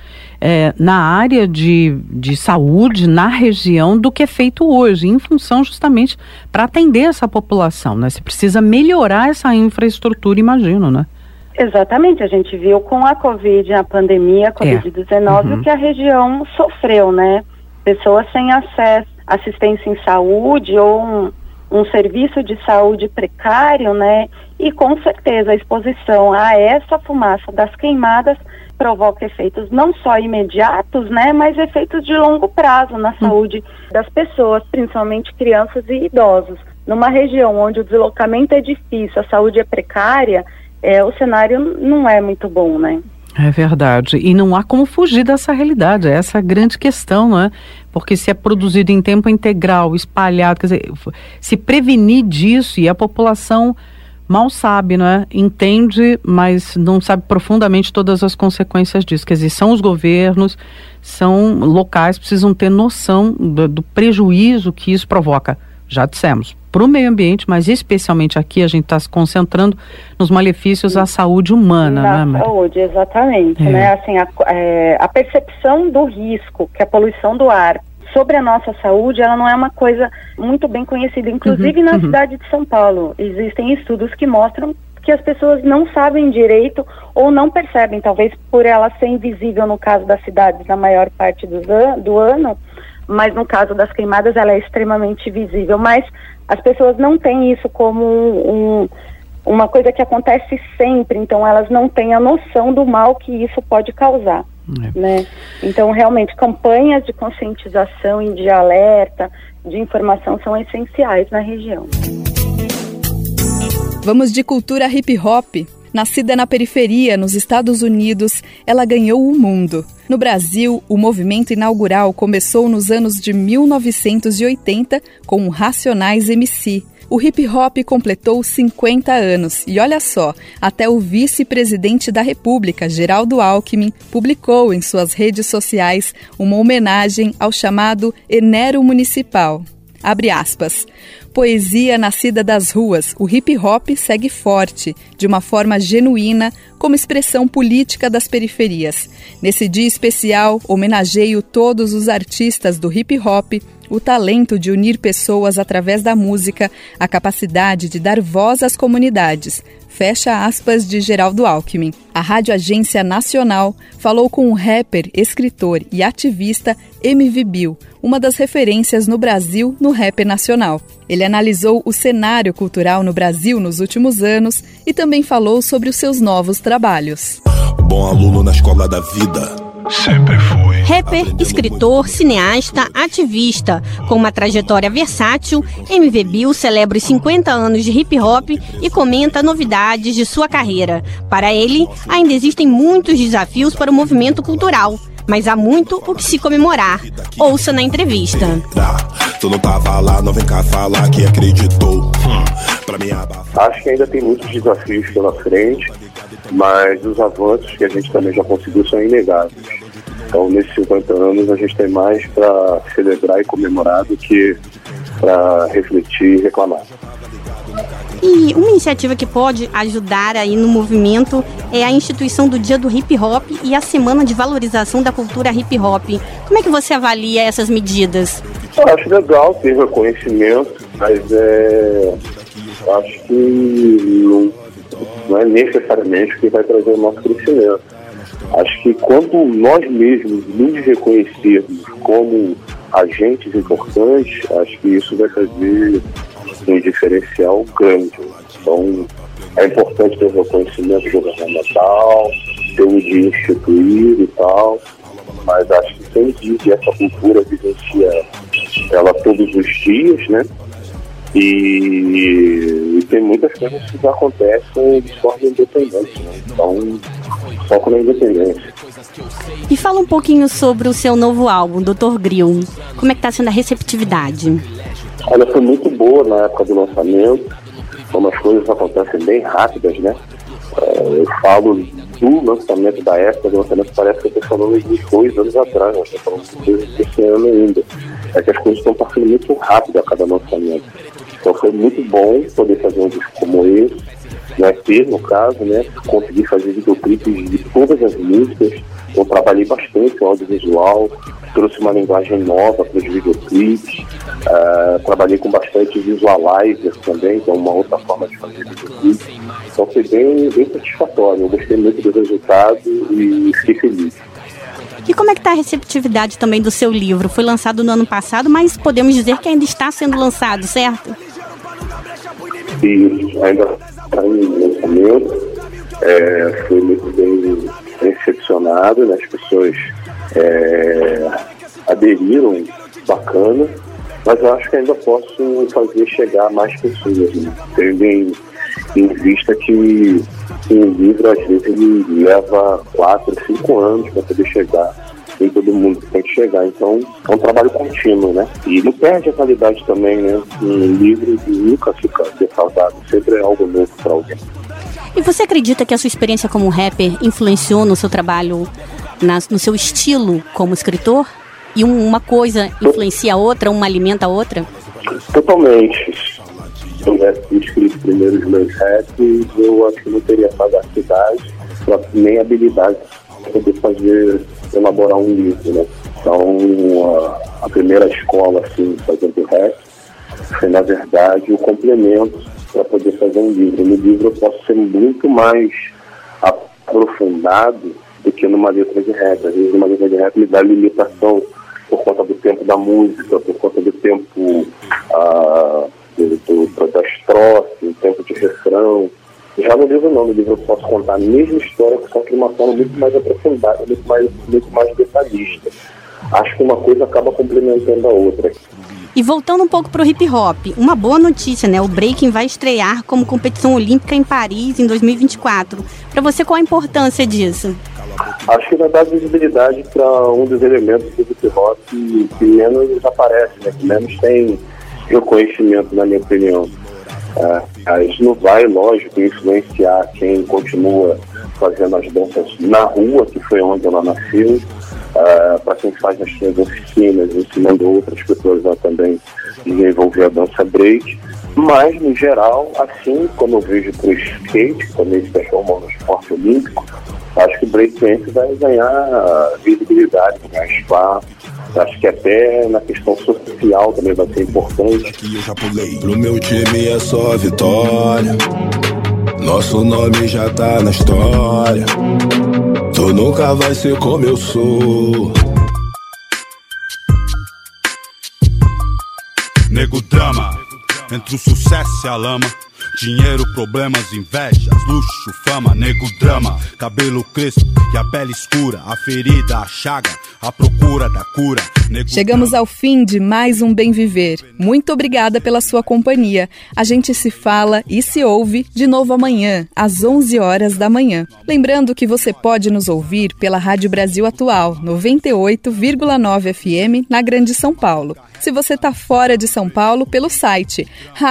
na área de saúde, na região, do que é feito hoje, em função justamente para atender essa população, né? Você precisa melhorar essa infraestrutura, imagino, né? Exatamente, a gente viu com a Covid, a pandemia, a Covid-19, o que a região sofreu, né? Pessoas sem acesso à assistência em saúde ou um serviço de saúde precário, né? E com certeza a exposição a essa fumaça das queimadas provoca efeitos não só imediatos, né? Mas efeitos de longo prazo na saúde das pessoas, principalmente crianças e idosos. Numa região onde o deslocamento é difícil, a saúde é precária, o cenário não é muito bom, né? É verdade, e não há como fugir dessa realidade, é essa a grande questão, não é? Porque se é produzido em tempo integral, espalhado, quer dizer, se prevenir disso, e a população mal sabe, não é? Entende, mas não sabe profundamente todas as consequências disso, quer dizer, são os governos, são locais, precisam ter noção do prejuízo que isso provoca, já dissemos, para o meio ambiente, mas especialmente aqui a gente está se concentrando nos malefícios à saúde humana. Na saúde, exatamente, né? Assim, a percepção do risco, que é a poluição do ar, sobre a nossa saúde, ela não é uma coisa muito bem conhecida, inclusive na cidade de São Paulo. Existem estudos que mostram que as pessoas não sabem direito ou não percebem, talvez por ela ser invisível no caso das cidades na maior parte do ano, mas no caso das queimadas ela é extremamente visível, mas as pessoas não têm isso como uma coisa que acontece sempre, então elas não têm a noção do mal que isso pode causar, né? Então realmente campanhas de conscientização e de alerta, de informação são essenciais na região. Vamos de cultura hip hop. Nascida na periferia, nos Estados Unidos, ela ganhou o mundo. No Brasil, o movimento inaugural começou nos anos de 1980 com o Racionais MC. O hip hop completou 50 anos e olha só, até o vice-presidente da República, Geraldo Alckmin, publicou em suas redes sociais uma homenagem ao chamado Enero Municipal. Abre aspas. Poesia nascida das ruas, o hip-hop segue forte, de uma forma genuína, como expressão política das periferias. Nesse dia especial, homenageio todos os artistas do hip-hop, o talento de unir pessoas através da música, a capacidade de dar voz às comunidades. Fecha aspas de Geraldo Alckmin. A Rádio Agência Nacional falou com o rapper, escritor e ativista MV Bill, uma das referências no Brasil no rap nacional. Ele analisou o cenário cultural no Brasil nos últimos anos e também falou sobre os seus novos trabalhos. bom aluno na escola da vida. Sempre fui. Rapper, escritor, cineasta, ativista. Com uma trajetória versátil, MV Bill celebra os 50 anos de hip-hop e comenta novidades de sua carreira. Para ele, ainda existem muitos desafios para o movimento cultural, mas há muito o que se comemorar. Ouça na entrevista. Tu não tava lá, não vem cá falar que acreditou. Acho que ainda tem muitos desafios pela frente, mas os avanços que a gente também já conseguiu são inegáveis. Então, nesses 50 anos, a gente tem mais para celebrar e comemorar do que para refletir e reclamar. E uma iniciativa que pode ajudar aí no movimento é a instituição do Dia do Hip Hop e a Semana de Valorização da Cultura Hip Hop. Como é que você avalia essas medidas? Eu acho legal ter reconhecimento, mas acho que não é necessariamente o que vai trazer o nosso crescimento. Acho que quando nós mesmos nos reconhecermos como agentes importantes, acho que isso vai fazer um diferencial grande. Então, é importante ter o reconhecimento governamental, ter um dia instituído e tal, mas acho que sem que essa cultura vivencia ela todos os dias, né? E tem muitas coisas que já acontecem de forma independente, né? Então, foco na independência. E fala um pouquinho sobre o seu novo álbum, Dr. Grill. Como é que está sendo a receptividade? Olha, foi muito boa na época do lançamento. Como as coisas acontecem bem rápidas, né? Eu falo do lançamento da época do lançamento, parece que eu estou falando de 2 anos atrás, né? Estou falando de coisas desse ano ainda. É que as coisas estão passando muito rápido a cada lançamento. Então foi muito bom poder fazer um disco como esse, né, ter, no caso, né, conseguir fazer videoclipes de todas as músicas. Eu trabalhei bastante o audiovisual, trouxe uma linguagem nova para os videoclipes, trabalhei com bastante visualizer também, que é uma outra forma de fazer videoclipes. Então foi bem satisfatório, eu gostei muito do resultado e fiquei feliz. E como é que está a receptividade também do seu livro? Foi lançado no ano passado, mas podemos dizer que ainda está sendo lançado, certo? Isso, ainda está em lançamento. Foi muito bem recepcionado, né? As pessoas aderiram, bacana, mas eu acho que ainda posso fazer chegar a mais pessoas, né? Tendo em vista que um livro, às vezes, ele leva 4, 5 anos para poder chegar em todo mundo que tem que chegar. Então, é um trabalho contínuo, né? E não perde a qualidade também, né? Um livro nunca fica defraudado, sempre é algo novo para alguém. E você acredita que a sua experiência como rapper influenciou no seu trabalho, no seu estilo como escritor? E uma coisa influencia a outra, uma alimenta a outra? Totalmente. Se eu tivesse escrito primeiro os meus raps, eu acho que não teria sagacidade, nem habilidade para poder elaborar um livro, né? Então, a primeira escola, assim, fazendo rap, foi, na verdade, o complemento para poder fazer um livro. No livro eu posso ser muito mais aprofundado do que numa letra de rap. Às vezes, uma letra de rap me dá limitação por conta do tempo da música, por conta do tempo da estrofe, o tempo de refrão. Já no livro não, no livro eu posso contar a mesma história, só que de uma forma muito mais aprofundada, muito mais detalhista. Acho que uma coisa acaba complementando a outra. E voltando um pouco para o hip hop, uma boa notícia, né? O breaking vai estrear como competição olímpica em Paris em 2024. Para você, qual a importância disso? Acho que vai dar visibilidade para um dos elementos do hip hop que menos aparece, né? Que menos tem reconhecimento, na minha opinião. Isso não vai, lógico, influenciar quem continua fazendo as danças na rua, que foi onde ela nasceu, para quem faz as suas oficinas, ensinando outras pessoas a também desenvolver a dança break. Mas, no geral, assim como eu vejo para o skate, que também se transformou no esporte olímpico, acho que o breakdance vai ganhar visibilidade, ganhar espaço. Acho que até na questão social também vai ser importante. Aqui eu já pulei. Pro meu time é só vitória. Nosso nome já tá na história. Tu nunca vai ser como eu sou. Nego drama, entre o sucesso e a lama. Dinheiro, problemas, invejas, luxo, fama, nego, drama. Cabelo crespo e a pele escura, a ferida, a chaga, a procura da cura. Chegamos ao fim de mais um Bem Viver. Muito obrigada pela sua companhia. A gente se fala e se ouve de novo amanhã, às 11 horas da manhã. Lembrando que você pode nos ouvir pela Rádio Brasil Atual, 98,9 FM, na Grande São Paulo. Se você está fora de São Paulo, pelo site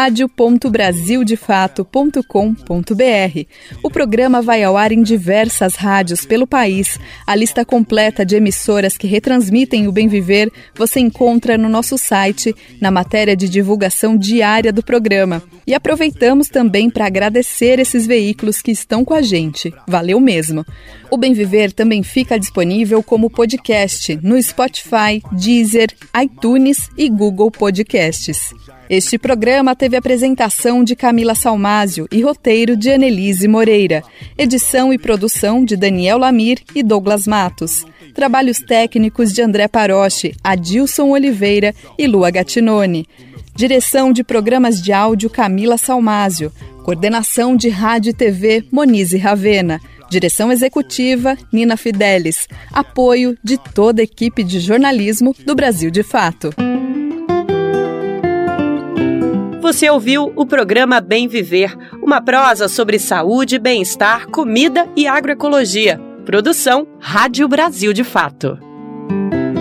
radio.brasildefato.com.br. O programa vai ao ar em diversas rádios pelo país. A lista completa de emissoras que retransmitem o Bem Viver você encontra no nosso site, na matéria de divulgação diária do programa. E aproveitamos também para agradecer esses veículos que estão com a gente. Valeu mesmo! O Bem Viver também fica disponível como podcast no Spotify, Deezer, iTunes e Google Podcasts. Este programa teve apresentação de Camila Salmásio e roteiro de Annelise Moreira. Edição e produção de Daniel Lamir e Douglas Matos. Trabalhos técnicos de André Paroche, Adilson Oliveira e Lua Gattinoni. Direção de programas de áudio Camila Salmásio. Coordenação de Rádio e TV Monize Ravena. Direção executiva Nina Fidelis. Apoio de toda a equipe de jornalismo do Brasil de Fato. Você ouviu o programa Bem Viver, uma prosa sobre saúde, bem-estar, comida e agroecologia. Produção Rádio Brasil de Fato.